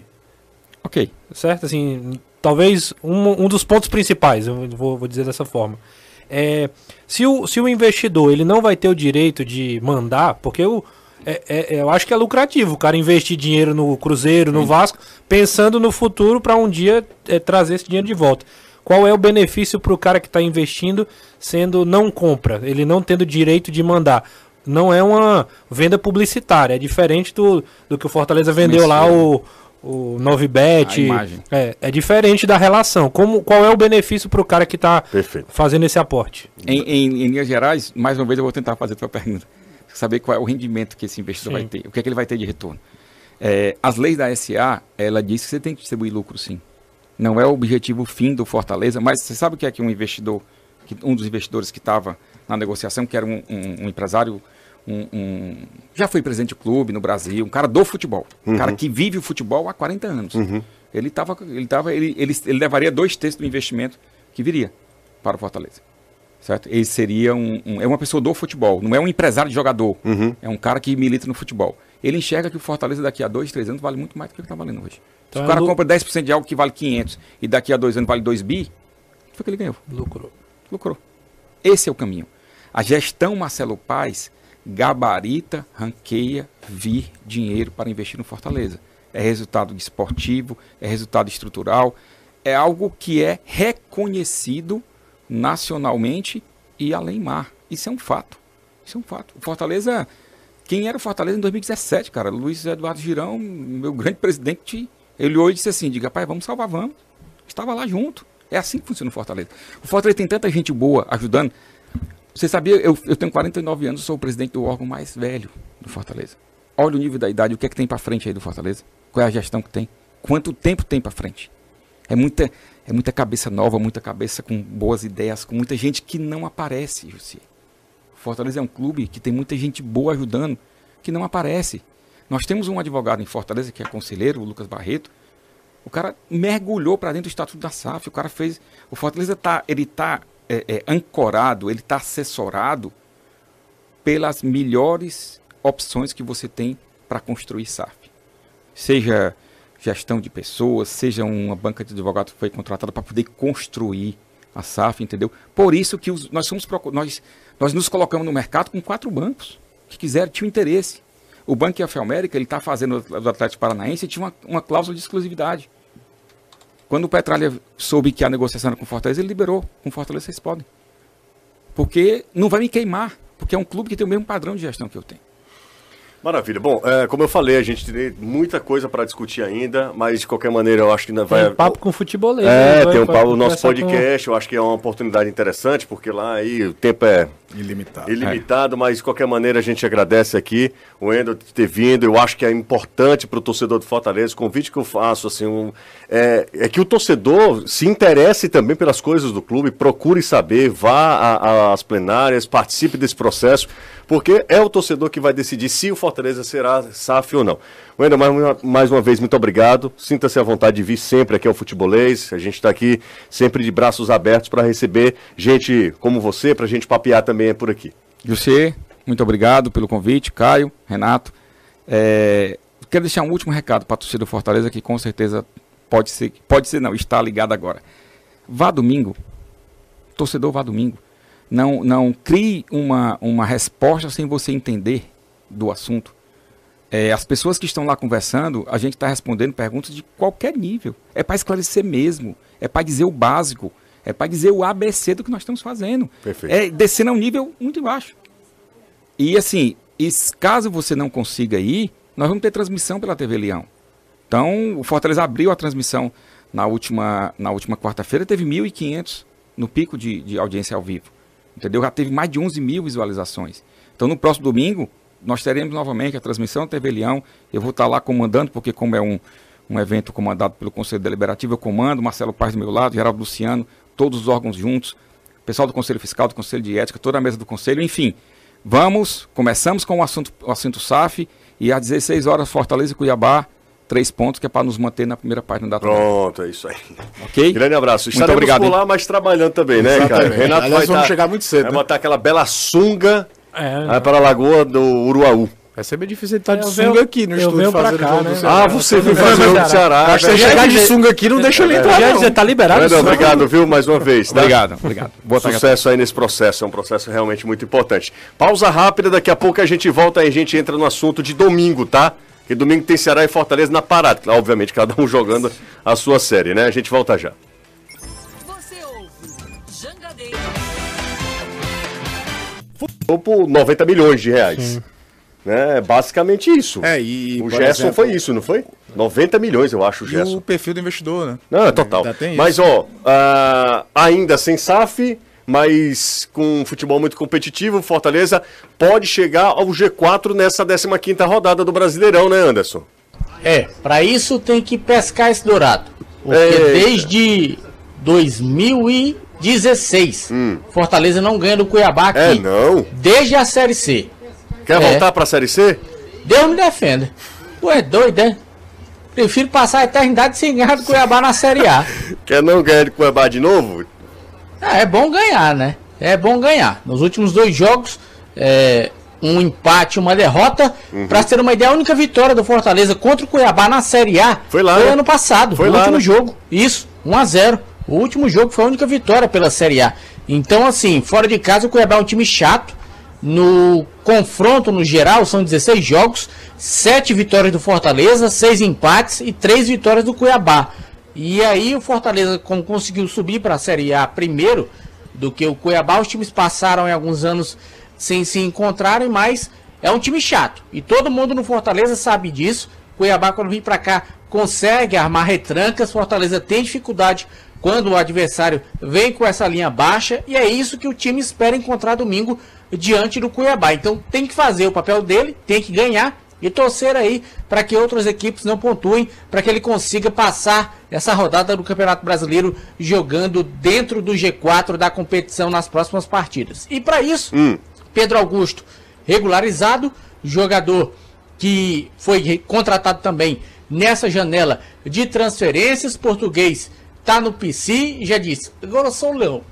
Ok. Certo? Assim, talvez um, um dos pontos principais, eu vou, vou dizer dessa forma. É, se, o, se o investidor ele não vai ter o direito de mandar, porque o... É, é, eu acho que é lucrativo o cara investir dinheiro no Cruzeiro, no Vasco, pensando no futuro para um dia é, trazer esse dinheiro de volta. Qual é o benefício para o cara que está investindo sendo não compra, ele não tendo direito de mandar? Não é uma venda publicitária, é diferente do, do que o Fortaleza vendeu Sim, lá, o, o Novibet. É, é diferente da relação. Como, qual é o benefício para o cara que está fazendo esse aporte? Em, em, em linhas gerais, mais uma vez eu vou tentar fazer a tua pergunta. Saber qual é o rendimento que esse investidor sim. vai ter, o que é que ele vai ter de retorno. É, as leis da S A, ela diz que você tem que distribuir lucro, sim. Não é o objetivo fim do Fortaleza, mas você sabe o que é que um investidor, que um dos investidores que estava na negociação, que era um, um, um empresário, um, um, já foi presidente do clube no Brasil, um cara do futebol, uhum. um cara que vive o futebol há quarenta anos. Uhum. Ele, tava, ele, tava, ele, ele, ele levaria dois terços do investimento que viria para o Fortaleza. Certo? Ele seria um, um, é uma pessoa do futebol, não é um empresário de jogador, uhum. é um cara que milita no futebol. Ele enxerga que o Fortaleza daqui a dois, três anos vale muito mais do que ele está valendo hoje. Então, Se o cara é compra dez por cento de algo que vale quinhentos e daqui a dois anos vale dois bi, o que foi que ele ganhou? Lucrou. Lucrou. Esse é o caminho. A gestão Marcelo Paes gabarita, ranqueia, vir dinheiro para investir no Fortaleza. É resultado esportivo, é resultado estrutural, é algo que é reconhecido nacionalmente e além mar. Isso é um fato. Isso é um fato. O Fortaleza, quem era o Fortaleza em dois mil e dezessete, cara? Luiz Eduardo Girão, meu grande presidente, ele olhou e disse assim, diga, pai, vamos salvar, vamos. Estava lá junto. É assim que funciona o Fortaleza. O Fortaleza tem tanta gente boa ajudando. Você sabia, eu, eu tenho quarenta e nove anos, sou o presidente do órgão mais velho do Fortaleza. Olha o nível da idade, o que é que tem para frente aí do Fortaleza? Qual é a gestão que tem? Quanto tempo tem para frente? É muita, é muita cabeça nova, muita cabeça com boas ideias, com muita gente que não aparece, José. Fortaleza é um clube que tem muita gente boa ajudando, que não aparece. Nós temos um advogado em Fortaleza, que é conselheiro, o Lucas Barreto. O cara mergulhou para dentro do Estatuto da S A F. O cara fez... O Fortaleza tá, ele está é, é, ancorado, ele está assessorado pelas melhores opções que você tem para construir S A F. Seja gestão de pessoas, seja uma banca de advogados que foi contratada para poder construir a S A F, entendeu? Por isso que os, nós, somos, nós, nós nos colocamos no mercado com quatro bancos que quiseram, tinham interesse. O Banco Afel América, ele está fazendo do Atlético Paranaense e tinha uma, uma cláusula de exclusividade. Quando o Petralha soube que a negociação era com o Fortaleza, ele liberou. Com o Fortaleza vocês podem. Porque não vai me queimar, porque é um clube que tem o mesmo padrão de gestão que eu tenho. Maravilha. Bom, é, como eu falei, a gente tem muita coisa para discutir ainda, mas de qualquer maneira eu acho que ainda vai... Tem um papo com futebolês. É, né? tem um vai, papo, vai o nosso podcast, com... eu acho que é uma oportunidade interessante, porque lá aí o tempo é... Ilimitado. Ilimitado, é. Mas de qualquer maneira a gente agradece aqui o Endo ter vindo. Eu acho que é importante para o torcedor do Fortaleza. O convite que eu faço assim, um, é, é que o torcedor se interesse também pelas coisas do clube, procure saber, vá às plenárias, participe desse processo, porque é o torcedor que vai decidir se o Fortaleza será S A F ou não. Endo, mais uma, mais uma vez, muito obrigado. Sinta-se à vontade de vir sempre aqui ao Futebolês. A gente está aqui sempre de braços abertos para receber gente como você, para a gente papear também por aqui. José, muito obrigado pelo convite. Caio, Renato. É, quero deixar um último recado para a torcida do Fortaleza, que com certeza pode ser, pode ser não, está ligado agora. Vá domingo. Torcedor, vá domingo. Não, não crie uma, uma resposta sem você entender do assunto. É, as pessoas que estão lá conversando, a gente está respondendo perguntas de qualquer nível. É para esclarecer mesmo, é para dizer o básico, é para dizer o A B C do que nós estamos fazendo. Perfeito. É descendo a um nível muito baixo. E assim, e caso você não consiga ir, nós vamos ter transmissão pela T V Leão. Então, o Fortaleza abriu a transmissão na última, na última quarta-feira, teve mil e quinhentos no pico de, de audiência ao vivo. Entendeu? Já teve mais de onze mil visualizações. Então, no próximo domingo, nós teremos novamente a transmissão da T V Leão. Eu vou estar lá comandando, porque como é um, um evento comandado pelo Conselho Deliberativo, eu comando, Marcelo Paz do meu lado, Geraldo Luciano, todos os órgãos juntos, pessoal do Conselho Fiscal, do Conselho de Ética, toda a mesa do Conselho, enfim. Vamos, começamos com o assunto, o assunto S A F, e às dezesseis horas, Fortaleza e Cuiabá, três pontos, que é para nos manter na primeira página da tabela. Pronto, é isso aí. Ok? Grande abraço. Muito Estaremos obrigado, por hein? lá, mas trabalhando também, né, Exatamente. cara? Renato Aliás, vai vamos tá- chegar muito cedo, Vai né? botar aquela bela sunga É, aí para a Lagoa do Uruaú. Vai ser bem difícil ele estar de Eu sunga venho- aqui no eu estúdio venho pra fazendo cá, jogo né? do Ceará. Ah, você tô foi no fazer o Ceará. jogo do Ceará. Acho que cara. você chegar de sunga aqui não deixa ele Eu entrar, já ia não. dizer, tá liberado. Brandon, só. obrigado, viu, mais uma vez. Tá? Obrigado, obrigado. Boa tarde. Sucesso aí nesse processo, é um processo realmente muito importante. Pausa rápida, daqui a pouco a gente volta e a gente entra no assunto de domingo, tá? Porque domingo tem Ceará e Fortaleza na parada. Obviamente, cada um jogando a sua série, né? A gente volta já. Você ouve Jangadeiro. Ou por noventa milhões de reais. Né? Basicamente isso. É, e, o por Gerson exemplo, foi isso, não foi? noventa milhões, eu acho, o E Gerson. o perfil do investidor, né? Não, é total. Ainda tem Mas, isso. ó, ah, ainda sem S A F, mas com um futebol muito competitivo, Fortaleza pode chegar ao G quatro nessa décima quinta rodada do Brasileirão, né, Anderson? É, pra isso tem que pescar esse dourado. Porque Eita. desde dois mil e dezesseis, Fortaleza não ganha do Cuiabá aqui. É, não. Desde a Série C. Quer É. voltar pra Série C? Deus me defenda. Tu é doido, é? Prefiro passar a eternidade sem ganhar do Cuiabá na Série A. Quer não ganhar de Cuiabá de novo? Ah, é bom ganhar, né? É bom ganhar. Nos últimos dois jogos, é, um empate e uma derrota. Uhum. Pra ter uma ideia, a única vitória do Fortaleza contra o Cuiabá na Série A Foi lá, né? ano passado. Foi no lá, último né? jogo. Isso, um a zero. O último jogo foi a única vitória pela Série A. Então, assim, fora de casa, o Cuiabá é um time chato. No confronto, no geral, são dezesseis jogos, sete vitórias do Fortaleza, seis empates e três vitórias do Cuiabá. E aí o Fortaleza, como conseguiu subir para a Série A primeiro do que o Cuiabá, os times passaram em alguns anos sem se encontrarem, mas é um time chato. E todo mundo no Fortaleza sabe disso. Cuiabá, quando vem para cá, consegue armar retrancas. Fortaleza tem dificuldade quando o adversário vem com essa linha baixa. E é isso que o time espera encontrar domingo diante do Cuiabá. Então tem que fazer o papel dele, tem que ganhar e torcer aí para que outras equipes não pontuem, para que ele consiga passar essa rodada do Campeonato Brasileiro jogando dentro do G quatro da competição nas próximas partidas. E para isso, Hum. Pedro Augusto, regularizado, jogador que foi contratado também nessa janela de transferências, português, tá no P C e já disse, agora eu sou o Leão.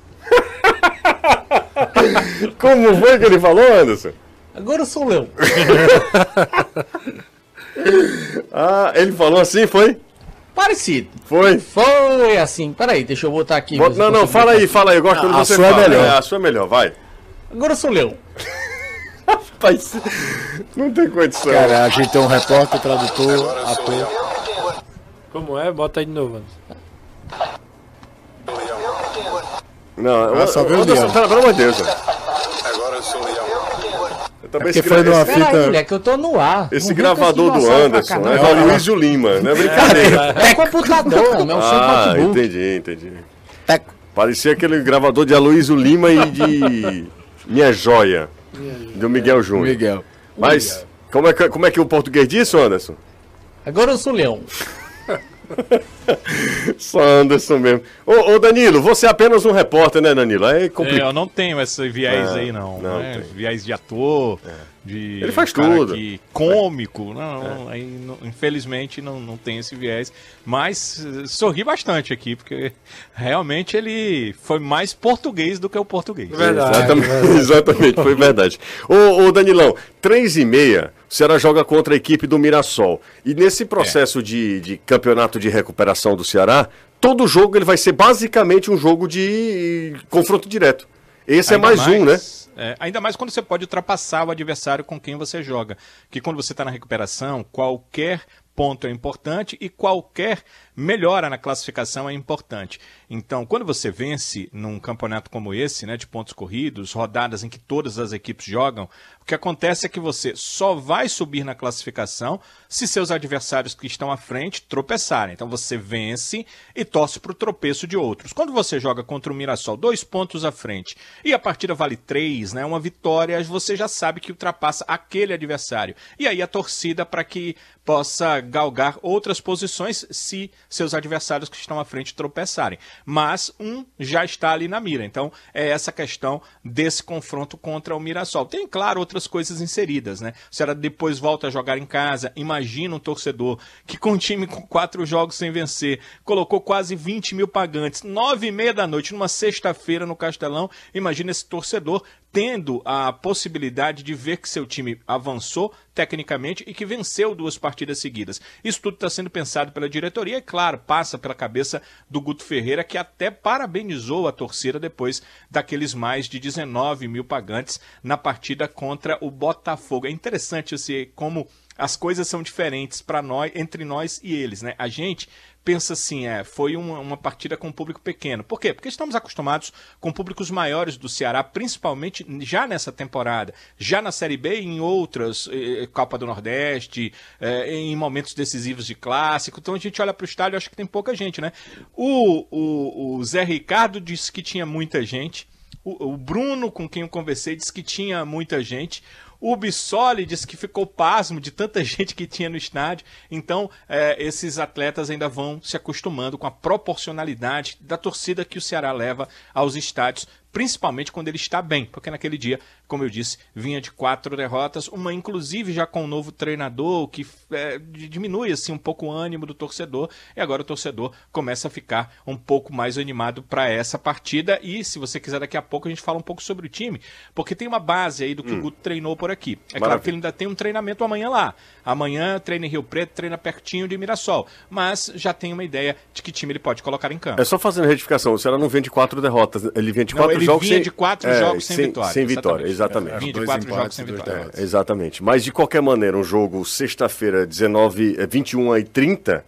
Como foi que ele falou, Anderson? Agora eu sou o Leão. Ah, ele falou assim, foi? Parecido. Foi? Foi assim. Peraí, deixa eu botar aqui. Bota- ver se não, eu não, consigo fala botar. aí, fala aí. Eu gosto quando A você sua é fala. melhor. É, a sua é melhor, vai. Agora eu sou o Leão. Rapaz, não tem condição. Cara, a gente tem um repórter, tradutor, ator. Como é? Bota aí de novo. Não, Ah, só veio o Anderson, leão. pelo amor de Deus. Agora eu sou leão. Eu também porque esse, foi gra- numa esse, Peraí, fita- moleque, eu tô no ar. esse Não vem gravador com esse do dinossauro pra Anderson cá, é não. do Aloysio Lima, não é brincadeira. É computador, meu som Ah, notebook. entendi, entendi. Parecia aquele gravador de Aloysio Lima e de Minha Joia, do Miguel Júnior. Miguel. Mas, como é, que, como é que o português disse, Anderson? Agora eu sou o Leão. Só Anderson mesmo. Ô, ô, Danilo, você é apenas um repórter, né, Danilo? Aí é É, complicado. eu não tenho esse viés Ah, aí, não. não né? tem. Viés de ator, de Ele faz cara tudo. que- cômico. Não, aí, não- infelizmente não, não tem esse viés. Mas eh, sorri bastante aqui, porque realmente ele foi mais português do que o português. Verdade. Exatamente, exatamente, foi verdade. Ô, ô Danilão, três e meia, o Ceará joga contra a equipe do Mirassol. E nesse processo de, de campeonato de recuperação do Ceará, todo jogo ele vai ser basicamente um jogo de confronto direto. Esse Ainda é mais, um, né? É, ainda mais quando você pode ultrapassar o adversário com quem você joga. Que quando você está na recuperação, qualquer ponto é importante e qualquer melhora na classificação é importante. Então, quando você vence num campeonato como esse, né, de pontos corridos, rodadas em que todas as equipes jogam, o que acontece é que você só vai subir na classificação se seus adversários que estão à frente tropeçarem. Então, você vence e torce para o tropeço de outros. Quando você joga contra o Mirassol, dois pontos à frente, e a partida vale três, né, uma vitória, você já sabe que ultrapassa aquele adversário. E aí a torcida para que possa galgar outras posições se seus adversários que estão à frente tropeçarem. Mas um já está ali na mira. Então, é essa questão desse confronto contra o Mirassol. Tem, claro, outras coisas inseridas, né? O Ceará depois volta a jogar em casa. Imagina um torcedor que com um time com quatro jogos sem vencer, colocou quase vinte mil pagantes, nove e meia da noite, numa sexta-feira no Castelão. Imagina esse torcedor tendo a possibilidade de ver que seu time avançou tecnicamente e que venceu duas partidas seguidas. Isso tudo está sendo pensado pela diretoria e, claro, passa pela cabeça do Guto Ferreira, que até parabenizou a torcida depois daqueles mais de dezenove mil pagantes na partida contra o Botafogo. É interessante assim, como as coisas são diferentes para nós, entre nós e eles, né? A gente pensa assim, é, foi uma, uma partida com um público pequeno. Por quê? Porque estamos acostumados com públicos maiores do Ceará, principalmente já nessa temporada, já na Série B e em outras, eh, Copa do Nordeste, eh, em momentos decisivos de clássico. Então a gente olha para o estádio e acha que tem pouca gente, né? O, o, o Zé Ricardo disse que tinha muita gente. O, o Bruno, com quem eu conversei, disse que tinha muita gente. O Bissoli disse que ficou pasmo de tanta gente que tinha no estádio. Então, é, esses atletas ainda vão se acostumando com a proporcionalidade da torcida que o Ceará leva aos estádios, principalmente quando ele está bem, porque naquele dia, como eu disse, vinha de quatro derrotas, uma inclusive já com um novo treinador, que é, diminui assim um pouco o ânimo do torcedor, e agora o torcedor começa a ficar um pouco mais animado para essa partida. E se você quiser, daqui a pouco a gente fala um pouco sobre o time, porque tem uma base aí do que hum. o Guto treinou por aqui. É Maravilha. Claro que ele ainda tem um treinamento amanhã lá. Amanhã treina em Rio Preto, treina pertinho de Mirassol, mas já tem uma ideia de que time ele pode colocar em campo. É só fazendo a retificação, o Ceará não vem de quatro derrotas, ele vem de quatro não, ele jogos vinha sem... de quatro é, jogos sem, sem vitória. Sem vitória, exatamente. É, vinha de quatro jogos sem vitória. É, exatamente. Mas de qualquer maneira, um jogo sexta-feira, dezenove, vinte e uma e trinta,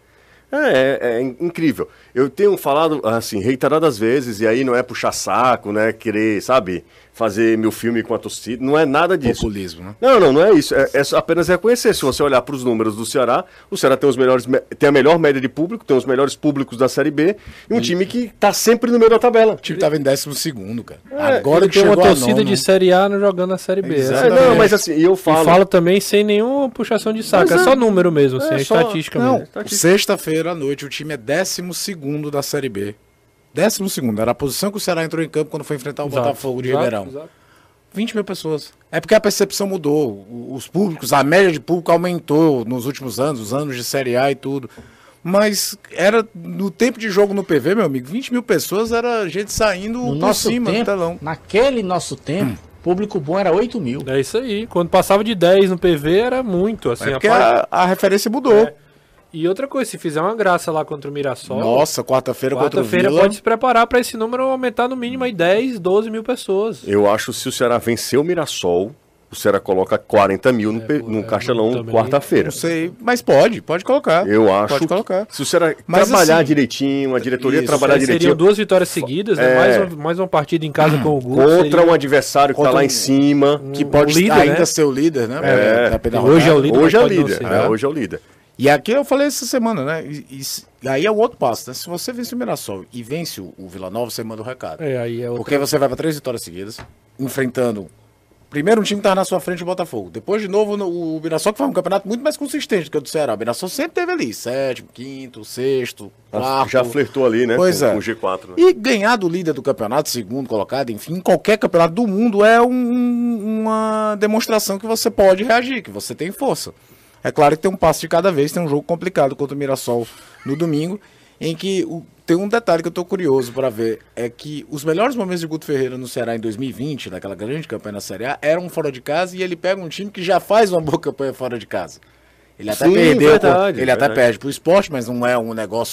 é, é, é incrível. Eu tenho falado, assim, reiteradas vezes, e aí não é puxar saco, né, querer, sabe, fazer meu filme com a torcida, não é nada disso. Populismo, né? Não, não, não é isso. É, é apenas reconhecer. Se você olhar para os números do Ceará, o Ceará tem os melhores, tem a melhor média de público, tem os melhores públicos da Série B, e um e... time que está sempre no meio da tabela. O time estava em décimo segundo, cara. É, Agora que tem uma torcida de Série A jogando na Série B. É, não, mas assim, eu falo... E falo também sem nenhuma puxação de saco, é, é só número mesmo, assim, é, é só... estatística não, mesmo. Sexta-feira à noite, o time é décimo segundo da Série B. Décimo segundo, era a posição que o Ceará entrou em campo quando foi enfrentar o exato, Botafogo de exato, Ribeirão. Exato. vinte mil pessoas. É porque a percepção mudou. Os públicos, a média de público aumentou nos últimos anos, os anos de Série A e tudo. Mas era no tempo de jogo no P V, meu amigo, vinte mil pessoas era gente saindo no por nosso cima tempo, do telão. Naquele nosso tempo, hum. público bom era oito mil. É isso aí. Quando passava de dez no P V era muito. Assim, é porque a, parte... a, a referência mudou. É. E outra coisa, se fizer uma graça lá contra o Mirassol... Nossa, quarta-feira contra o Vila... Quarta-feira pode se preparar para esse número aumentar no mínimo aí dez, doze mil pessoas. Eu acho que se o Ceará vencer o Mirassol, o Ceará coloca quarenta mil no, é, no é, Castelão quarta-feira. Não sei, mas pode, pode colocar. Eu acho pode colocar. Se o Ceará mas trabalhar assim, direitinho, a diretoria isso, trabalhar direitinho... Seriam duas vitórias seguidas, é, né? mais, uma, mais uma partida em casa com o Guto. Contra seria... um adversário que está lá em cima. Um, que pode um líder, ainda né? ser o líder, né? É, é, hoje é o líder. Hoje é o líder. É, hoje é o líder. E aqui eu falei essa semana, né? E, e aí é o outro passo, né? Se você vence o Mirassol e vence o, o Vila Nova, você manda o recado. É, aí é outra... Porque você vai para três vitórias seguidas, enfrentando... Primeiro um time que estava na sua frente, o Botafogo. Depois, de novo, no, o Mirassol, que foi um campeonato muito mais consistente do que o do Ceará. O Mirassol sempre teve ali, sétimo, quinto, sexto, quarto. Já flertou ali, né? Pois com, é. com o G quatro. Né? E ganhar do líder do campeonato, segundo colocado, enfim, em qualquer campeonato do mundo é um, uma demonstração que você pode reagir, que você tem força. É claro que tem um passo de cada vez, tem um jogo complicado contra o Mirassol no domingo, em que o, tem um detalhe que eu estou curioso para ver, é que os melhores momentos de Guto Ferreira no Ceará em dois mil e vinte, naquela grande campanha na Série A, eram fora de casa e ele pega um time que já faz uma boa campanha fora de casa. Ele até Sim, perdeu, verdade, ele verdade. até perde para o Sport, mas não é um negócio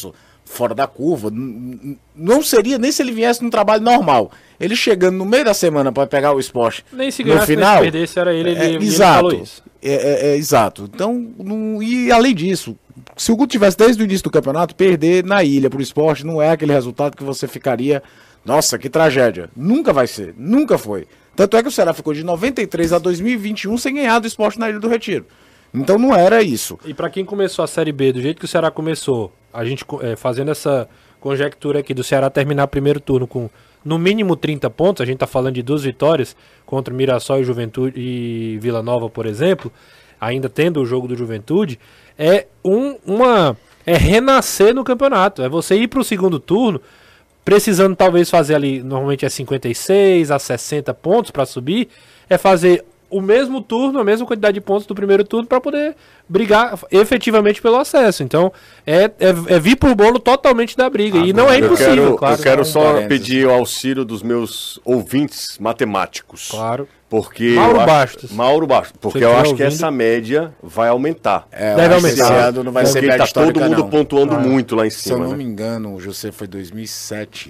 fora da curva. Não seria nem se ele viesse num trabalho normal. Ele chegando no meio da semana para pegar o Sport nem se no ganhasse, final, nem se perdesse, era ele, ele, é, ele exato, falou isso. É, é, é, exato. Então, não, e além disso, se o Guto tivesse desde o início do campeonato, perder na ilha pro Sport não é aquele resultado que você ficaria, nossa, que tragédia. Nunca vai ser, nunca foi. Tanto é que o Ceará ficou de noventa e três a dois mil e vinte e um sem ganhar do Sport na Ilha do Retiro. Então não era isso. E para quem começou a Série B do jeito que o Ceará começou, a gente é, fazendo essa conjectura aqui do Ceará terminar o primeiro turno com no mínimo trinta pontos, a gente tá falando de duas vitórias contra o Mirassol e Juventude e Vila Nova, por exemplo, ainda tendo o jogo do Juventude, é um, uma é renascer no campeonato, é você ir para o segundo turno precisando talvez fazer ali, normalmente é cinquenta e seis a sessenta pontos para subir, é fazer o mesmo turno, a mesma quantidade de pontos do primeiro turno para poder brigar efetivamente pelo acesso. Então, é, é, é vir pro bolo totalmente da briga. Ah, e não é impossível, eu quero, claro. Eu quero só parênteses. pedir o auxílio dos meus ouvintes matemáticos. Claro. Porque Mauro eu acho- Bastos. Mauro Bastos. Porque Se eu tiver acho que ouvindo. essa média vai aumentar. É, eu Deve acho que esse aumentar. ano não vai É, ser Porque média tá todo histórica, mundo não. pontuando Ah. muito lá em Se eu cima, não né? me engano, o José foi dois mil e sete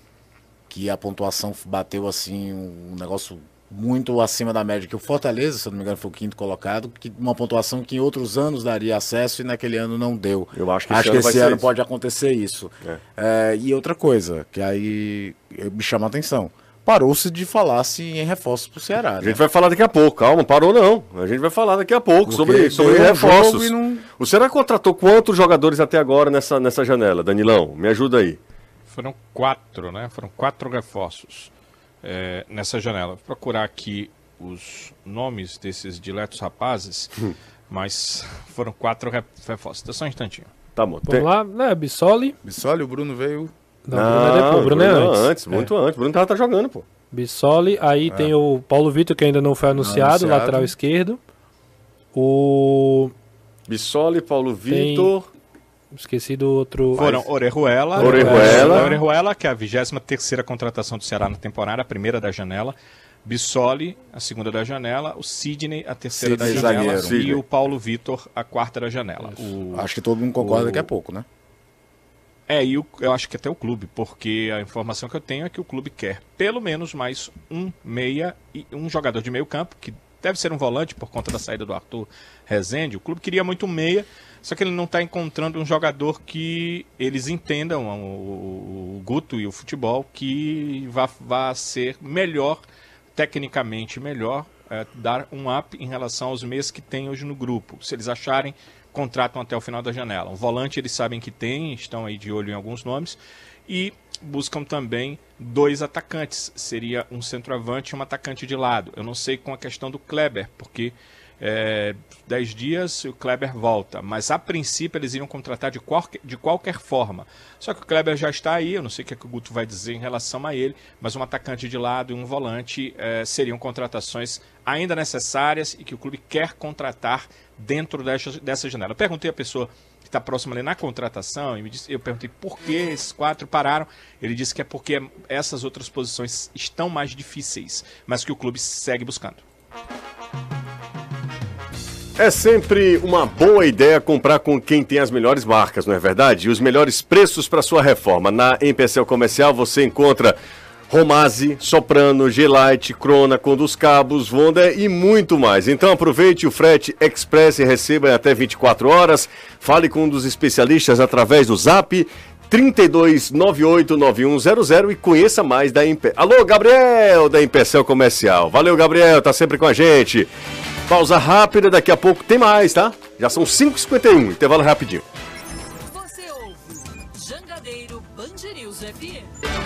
que a pontuação bateu assim um negócio muito acima da média, que o Fortaleza, se eu não me engano, foi o quinto colocado, que uma pontuação que em outros anos daria acesso e naquele ano não deu. Eu acho que esse acho ano que vai esse ser ano isso. pode acontecer isso. É. É, e outra coisa, que aí eh, me chama a atenção, parou-se de falar-se em reforços pro Ceará. A gente vai falar daqui a pouco, calma, parou não. A gente vai falar daqui a pouco Porque sobre, sobre deu um reforços. jogo e não- O Ceará contratou quantos jogadores até agora nessa, nessa janela, Danilão? Me ajuda aí. Foram quatro, né? Foram quatro reforços é, nessa janela. Vou procurar aqui os nomes desses diletos rapazes, mas foram quatro re- reforços. Dá só um instantinho. Tá bom. Vamos lá, né? Bissoli. Bissoli, o Bruno veio. Não, Bruno é depois, o Bruno é Bruno antes. muito antes. Bruno tava tá jogando, pô. Bissoli, aí tem o Paulo Vitor, que ainda não foi anunciado, anunciado. lateral esquerdo. O. Bissoli, Paulo Tem- Vitor. Esqueci do outro. Foram Orejuela, Orejuela. Orejuela, que é a vigésima terceira contratação do Ceará na temporada, a primeira da janela. Bissoli, a segunda da janela. O Sidney, a terceira Sidney, da janela. zagueiro. E Sidney. o Paulo Vitor, a quarta da janela. O- Acho que todo mundo concorda o- daqui a pouco, né? É, e o- eu acho que até o clube, porque a informação que eu tenho é que o clube quer pelo menos mais um meia e um jogador de meio campo, que deve ser um volante por conta da saída do Arthur Rezende. O clube queria muito um meia, só que ele não está encontrando um jogador que eles entendam, o, o- o Guto e o futebol, que vá, vá ser melhor, tecnicamente melhor, é, dar um up em relação aos meias que tem hoje no grupo. Se eles acharem, contratam até o final da janela. Um volante eles sabem que tem, estão aí de olho em alguns nomes, e buscam também dois atacantes. Seria um centroavante e um atacante de lado. Eu não sei com a questão do Kleber, porque é, dez dias o Kleber volta, mas a princípio eles iriam contratar de qualquer, de qualquer forma. Só que o Kleber já está aí, eu não sei o que, é que o Guto vai dizer em relação a ele, mas um atacante de lado e um volante é, seriam contratações ainda necessárias e que o clube quer contratar dentro dessa, dessa janela. Eu perguntei à pessoa que está próxima ali na contratação, e me disse, eu perguntei por que esses quatro pararam. Ele disse que é porque essas outras posições estão mais difíceis, mas que o clube segue buscando. É sempre uma boa ideia comprar com quem tem as melhores marcas, não é verdade? E os melhores preços para sua reforma. Na Empecel Comercial você encontra Romase, Soprano, G-Lite, Crona, Conduz Cabos, Vonda e muito mais. Então aproveite o frete express e receba em até vinte e quatro horas. Fale com um dos especialistas através do Zap trinta e dois, noventa e oito, noventa e um zero zero e conheça mais da Empecel. Alô, Gabriel da Empecel Comercial. Valeu, Gabriel, tá sempre com a gente. Pausa rápida, daqui a pouco tem mais, tá? Já são cinco e cinquenta e um, intervalo rapidinho. Você ouve Jangadeiro Band News F M.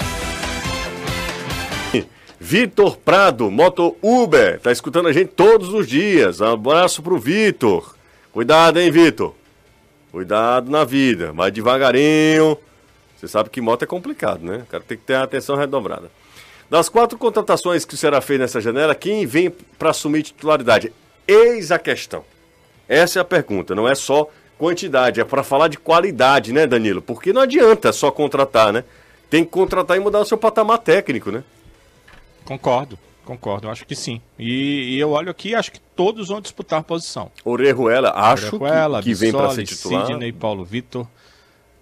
Vitor Prado, Moto Uber, tá escutando a gente todos os dias. Um abraço pro Vitor. Cuidado, hein, Vitor? Cuidado na vida, vai devagarinho. Você sabe que moto é complicado, né? O cara tem que ter a atenção redobrada. Das quatro contratações que o Ceará fez nessa janela, quem vem para assumir titularidade? Eis a questão. Essa é a pergunta, não é só quantidade, é para falar de qualidade, né, Danilo? Porque não adianta só contratar, né? Tem que contratar e mudar o seu patamar técnico, né? Concordo, concordo, eu acho que sim. E, e eu olho aqui, acho que todos vão disputar posição. Orejuela, acho Orejuela, que, que vem para ser Bissoli, titular. Sidney, Paulo Vitor,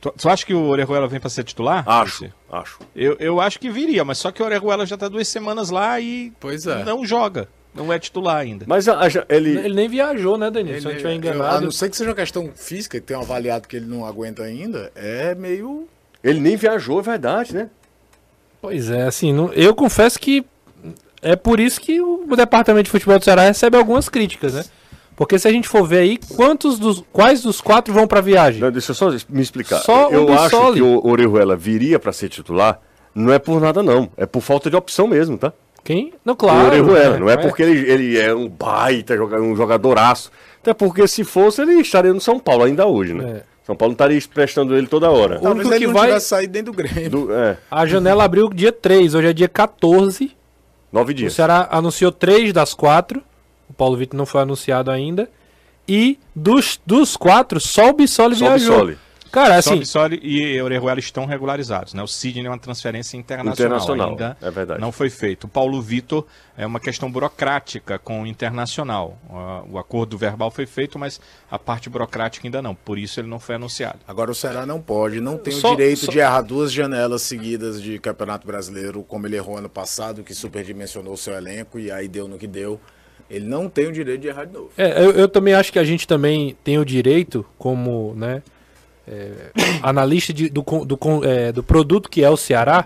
Tu, tu acha que o Orejuela vem para ser titular? Acho, acho. Eu, eu acho que viria, mas só que o Orejuela já tá duas semanas lá e Pois é. não joga. Não é titular ainda. Mas a, a, ele... Ele nem viajou, né, Danilo? Se eu não estiver enganado. A não ser que seja uma questão física, que tem um avaliado que ele não aguenta ainda, é meio... Ele nem viajou, é verdade, né? Pois é, assim, não, eu confesso que é por isso que o departamento de futebol do Ceará recebe algumas críticas, né? Porque se a gente for ver aí, quantos dos, quais dos quatro vão pra viagem? Não, deixa eu só me explicar. Só o eu acho Bissoli. que o Orejuela viria para ser titular, não é por nada não, é por falta de opção mesmo, tá? Quem? Não, claro. O Orejuela, é, não é é porque ele, ele é um baita jogador, um jogadoraço. Até porque se fosse, ele estaria no São Paulo ainda hoje, né? É. São Paulo não estaria prestando ele toda hora. O único Talvez ele que não vai- tivesse saído dentro do Grêmio. Do- é, A janela abriu dia três, hoje é dia quatorze. nove O dias. Ceará anunciou três das quatro. O Paulo Vitor não foi anunciado ainda. E dos, dos quatro, só o Bissoli Só o viajou. Bissoli. Cara, Só assim, Bissoli e Orejuela estão regularizados, né? O Sidney é uma transferência internacional, Internacional, ainda é verdade. não foi feito. O Paulo Vitor é uma questão burocrática com o Internacional. Uh, o acordo verbal foi feito, mas a parte burocrática ainda não. Por isso ele não foi anunciado. Agora o Ceará não pode, não tem Só- o direito só- de errar duas janelas seguidas de Campeonato Brasileiro, como ele errou ano passado, que superdimensionou o seu elenco e aí deu no que deu. Ele não tem o direito de errar de novo. é, eu, eu também acho que a gente também tem o direito, como né, é, analista de- do, con- do, con- é, do produto que é o Ceará,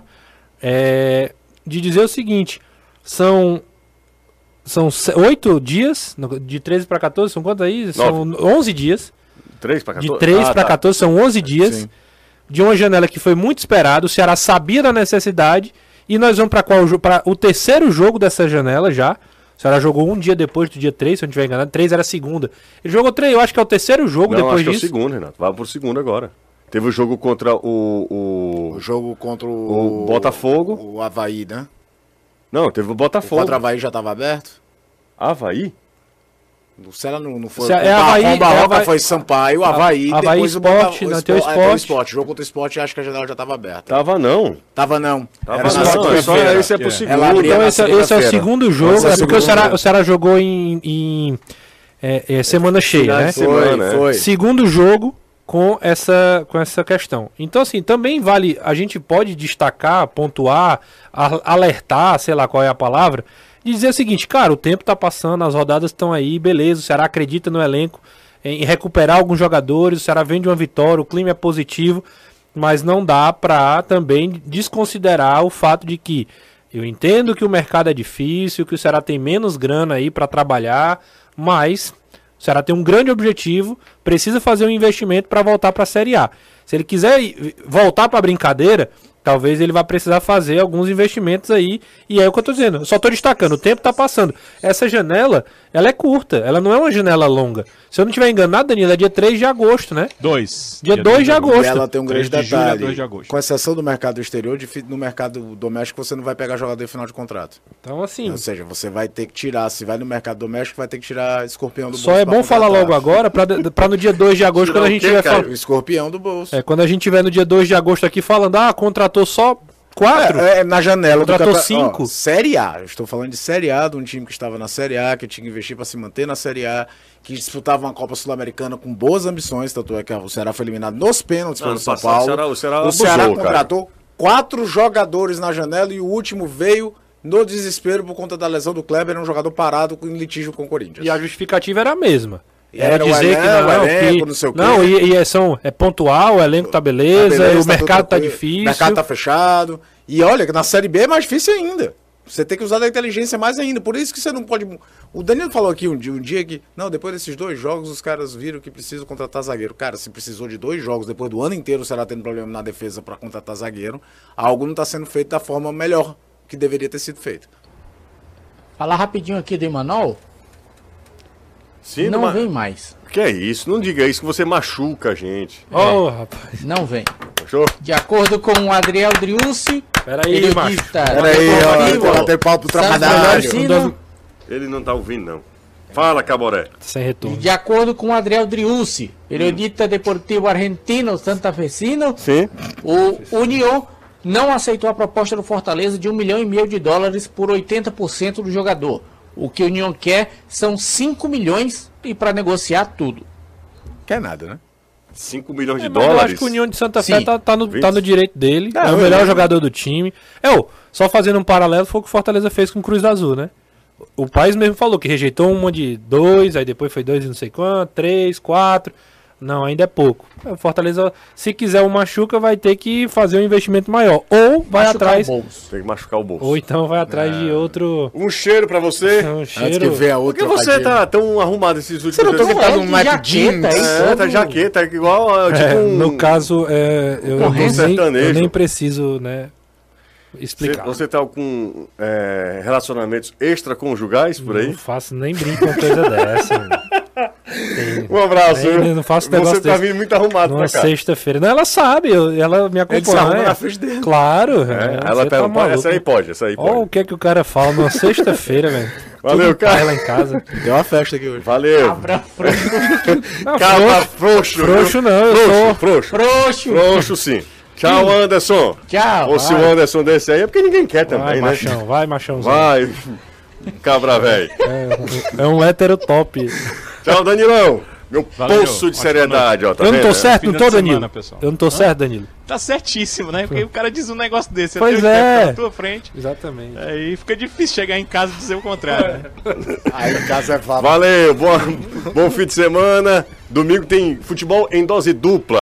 é, de dizer o seguinte: são, são se- oito dias, no- de treze para quatorze, são quantos aí? São onze dias. três para De treze para quatorze são onze dias. Sim. De uma janela que foi muito esperada. O Ceará sabia da necessidade. E nós vamos para qual jogo? Para o terceiro jogo dessa janela já. O Ceará jogou um dia depois do dia três, se eu não estiver enganado. três era segunda. Ele jogou três, eu acho que é o terceiro jogo Não, depois acho disso. que é o segundo, Renato. Vai pro segundo agora. Teve o jogo contra o... O o... jogo contra o, O Botafogo. O Avaí, né? Não, teve o O Botafogo. contra o Avaí já estava aberto? Avaí? O Ceará não, não foi. Se- o é Ba- Avaí, com o Barroca é Avaí- foi Sampaio, o Avaí, Avaí, depois o Sport, Bota- o não, tem o Sport- é, tem o Sport. Sport. Jogo contra o Sport, acho que a janela já estava aberta. Tava não. Tava não. Tava Era na não, é só segunda-feira. esse é pro É. segundo. Ela abria Então na esse, esse é o segunda-feira. segundo jogo. Essa é a É porque o segunda. Ceará, o Ceará jogou em, em, é, é, semana cheia, Final né? de semana, Foi, né? foi. Segundo jogo com essa, com essa questão. Então, assim, também vale. A gente pode destacar, pontuar, a- alertar, sei lá qual é a palavra, e dizer o seguinte: cara, o tempo tá passando, as rodadas estão aí, beleza. O Ceará acredita no elenco, em recuperar alguns jogadores. O Ceará vem de uma vitória, o clima é positivo, mas não dá pra também desconsiderar o fato de que eu entendo que o mercado é difícil, que o Ceará tem menos grana aí pra trabalhar, mas o Ceará tem um grande objetivo, precisa fazer um investimento para voltar para a Série A. Se ele quiser ir- voltar para a brincadeira, talvez ele vá precisar fazer alguns investimentos aí. E é o que eu tô dizendo. Eu só tô destacando, o tempo tá passando. Essa janela, ela é curta, ela não é uma janela longa. Se eu não estiver enganado, Danilo, é dia três de agosto, né? Dois. Dia dois de agosto. E ela tem um grande três de julho a detalhe. dois de agosto. Com exceção do mercado exterior, difi- no mercado doméstico você não vai pegar jogador em final de contrato. Então, assim, Ou seja, você vai ter que tirar, se vai no mercado doméstico, vai ter que tirar escorpião do bolso. só é pra bom falar contratar. logo agora, para no dia dois de agosto, Tirar quando a o gente quê, tiver cara? falando. O escorpião do bolso. É, quando a gente tiver no dia dois de agosto aqui falando, ah, contratou só quatro. É, é, na janela Contratou campe- cinco. Ó, Série A. Eu estou falando de Série A, de um time que estava na Série A, que tinha que investir para se manter na Série A, que disputava uma Copa Sul-Americana com boas ambições, tanto é que o Ceará foi eliminado nos pênaltis Não, pelo ano São passado, Paulo. o Ceará- o Ceará o abusou, Ceará cara. contratou quatro jogadores na janela e o último veio no desespero por conta da lesão do Kleber, era um jogador parado em litígio com o Corinthians. E a justificativa era a mesma. Era, Era o dizer que elenco, não, o elenco, que, não sei o quê. não e, e é, são, é pontual, o elenco tá beleza, Tá beleza, o mercado tudo tá tranquilo, difícil. O mercado tá fechado. E olha, que na Série B é mais difícil ainda. Você tem que usar da inteligência mais ainda. Por isso que você não pode. O Danilo falou aqui um dia, um dia que. Não, depois desses dois jogos, os caras viram que precisam contratar zagueiro. Cara, se precisou de dois jogos, depois do ano inteiro, será tendo problema na defesa para contratar zagueiro. Algo não está sendo feito da forma melhor que deveria ter sido feito. Falar rapidinho aqui do Emanuel. Sim, Não mas- vem mais. Que é isso? Não diga isso que você machuca a gente. Ô, rapaz. Não vem. Fechou? De acordo com o Adriel Driussi, Peraí, macho. periodista Peraí, ó, deportivo, bater pau pro Santos trabalho. Bragantino, Ele não tá ouvindo, não. Fala, Caboré. Sem e retorno. de acordo com o Adriel Driussi, periodista deportivo argentino santafesino, Sim. o União não aceitou a proposta do Fortaleza de um milhão e meio de dólares por oitenta por cento do jogador. O que o União quer são cinco milhões e para negociar tudo. Quer nada, né? cinco milhões de É, mas dólares. eu acho que o União de Santa Fé Sim. tá, tá, no, tá no direito dele. É, É, o eu melhor lembro. jogador do time. É, ô, só fazendo um paralelo, foi o que o Fortaleza fez com o Cruz Azul, né? O País mesmo falou que rejeitou uma de dois, aí depois foi dois e não sei quanto, três, quatro. Não, ainda é pouco. O Fortaleza, se quiser o Machuca, vai ter que fazer um investimento maior. Ou vai Machucar atrás. o bolso. Tem que machucar o bolso. Ou então vai atrás de outro. Um cheiro pra você. Um Antes que cheiro. venha Por outro que você tá tão arrumado esses últimos Você não dias? tô tá é no de Mac jaqueta, Jeans? hein? É, tá jaqueta, é igual tipo É, um... no caso, é, eu, um nem, sertanejo. eu nem preciso, né, Você, explicar. você tá com é, relacionamentos extraconjugais por aí? Não faço nem brinco com uma coisa dessa. mano. Tem- Um abraço. nem- viu? não faço Você negócio tá desse. vindo muito arrumado Numa pra cá. sexta-feira. Não, ela sabe, eu- ela me Ele se arruma acompanha. na frente dele. Claro. É, é, ela você pergunta, tá pode, maluco. essa aí pode, essa aí Olha pode. o que é que o cara fala numa sexta-feira, velho. Valeu, Tudo pai cara. lá em casa. Deu uma festa aqui hoje. Valeu. Não, Cabra frouxo, frouxo. frouxo não, eu Frouxo, sou. frouxo. Frouxo. Frouxo sim. Tchau, Anderson. Tchau. Ou se o Anderson desse aí é porque ninguém quer Vai, também, né? machão, vai, machãozinho. Vai. Cabra velho. É, é um hétero top. Tchau, Danilão. Meu Valeu. poço de Ótima seriedade, ó. Tá eu não tô vendo? certo, não Fim tô, de semana, Danilo? pessoal. Eu não tô certo, Danilo? Tá certíssimo, né? Porque o cara diz um negócio desse, Pois até o é. na tua frente, Exatamente. aí fica difícil chegar em casa e dizer o contrário, né? Aí em casa é vapo. Valeu, bom, bom fim de semana. Domingo tem futebol em dose dupla.